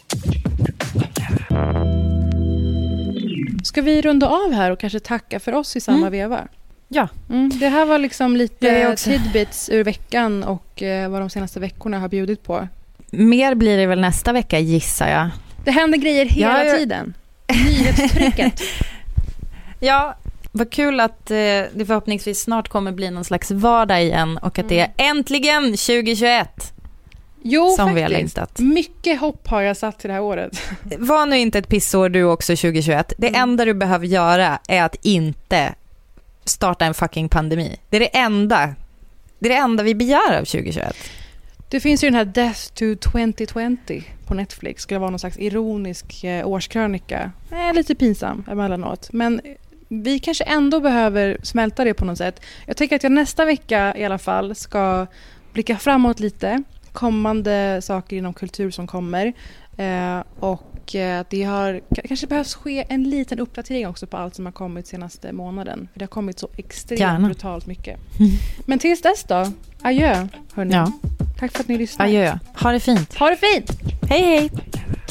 Ska vi runda av här och kanske tacka för oss i samma mm. veva? Ja. Mm, det här var liksom lite tidbits ur veckan och eh, vad de senaste veckorna har bjudit på. Mer blir det väl nästa vecka, gissar jag. Det händer grejer hela ja, tiden. Nyhetstrycket. Ja, vad kul att eh, det förhoppningsvis snart kommer bli någon slags vardag igen, och att mm. det är äntligen tjugohundratjugoett. Jo, som faktiskt. Vi har längtat. Mycket hopp har jag satt till det här året. Var nu inte ett pissår du också tjugohundratjugoett. Det mm. enda du behöver göra är att inte starta en fucking pandemi. Det är det enda. Det är det enda vi begär av tjugohundratjugoett. Det finns ju den här Death to tjugo tjugo på Netflix. Skulle vara någon slags ironisk eh, årskrönika. Eh, lite pinsam emellanåt. Men vi kanske ändå behöver smälta det på något sätt. Jag tänker att jag nästa vecka i alla fall ska blicka framåt lite. Kommande saker inom kultur som kommer. Eh, och eh, det har kanske behövs ske en liten uppdatering också på allt som har kommit senaste månaden. För det har kommit så extremt Gärna. brutalt mycket. Men tills dess då, adjö hörni. Ja. Tack för att ni lyssnade. Adjö. Ha det fint. Ha det fint. Hej hej.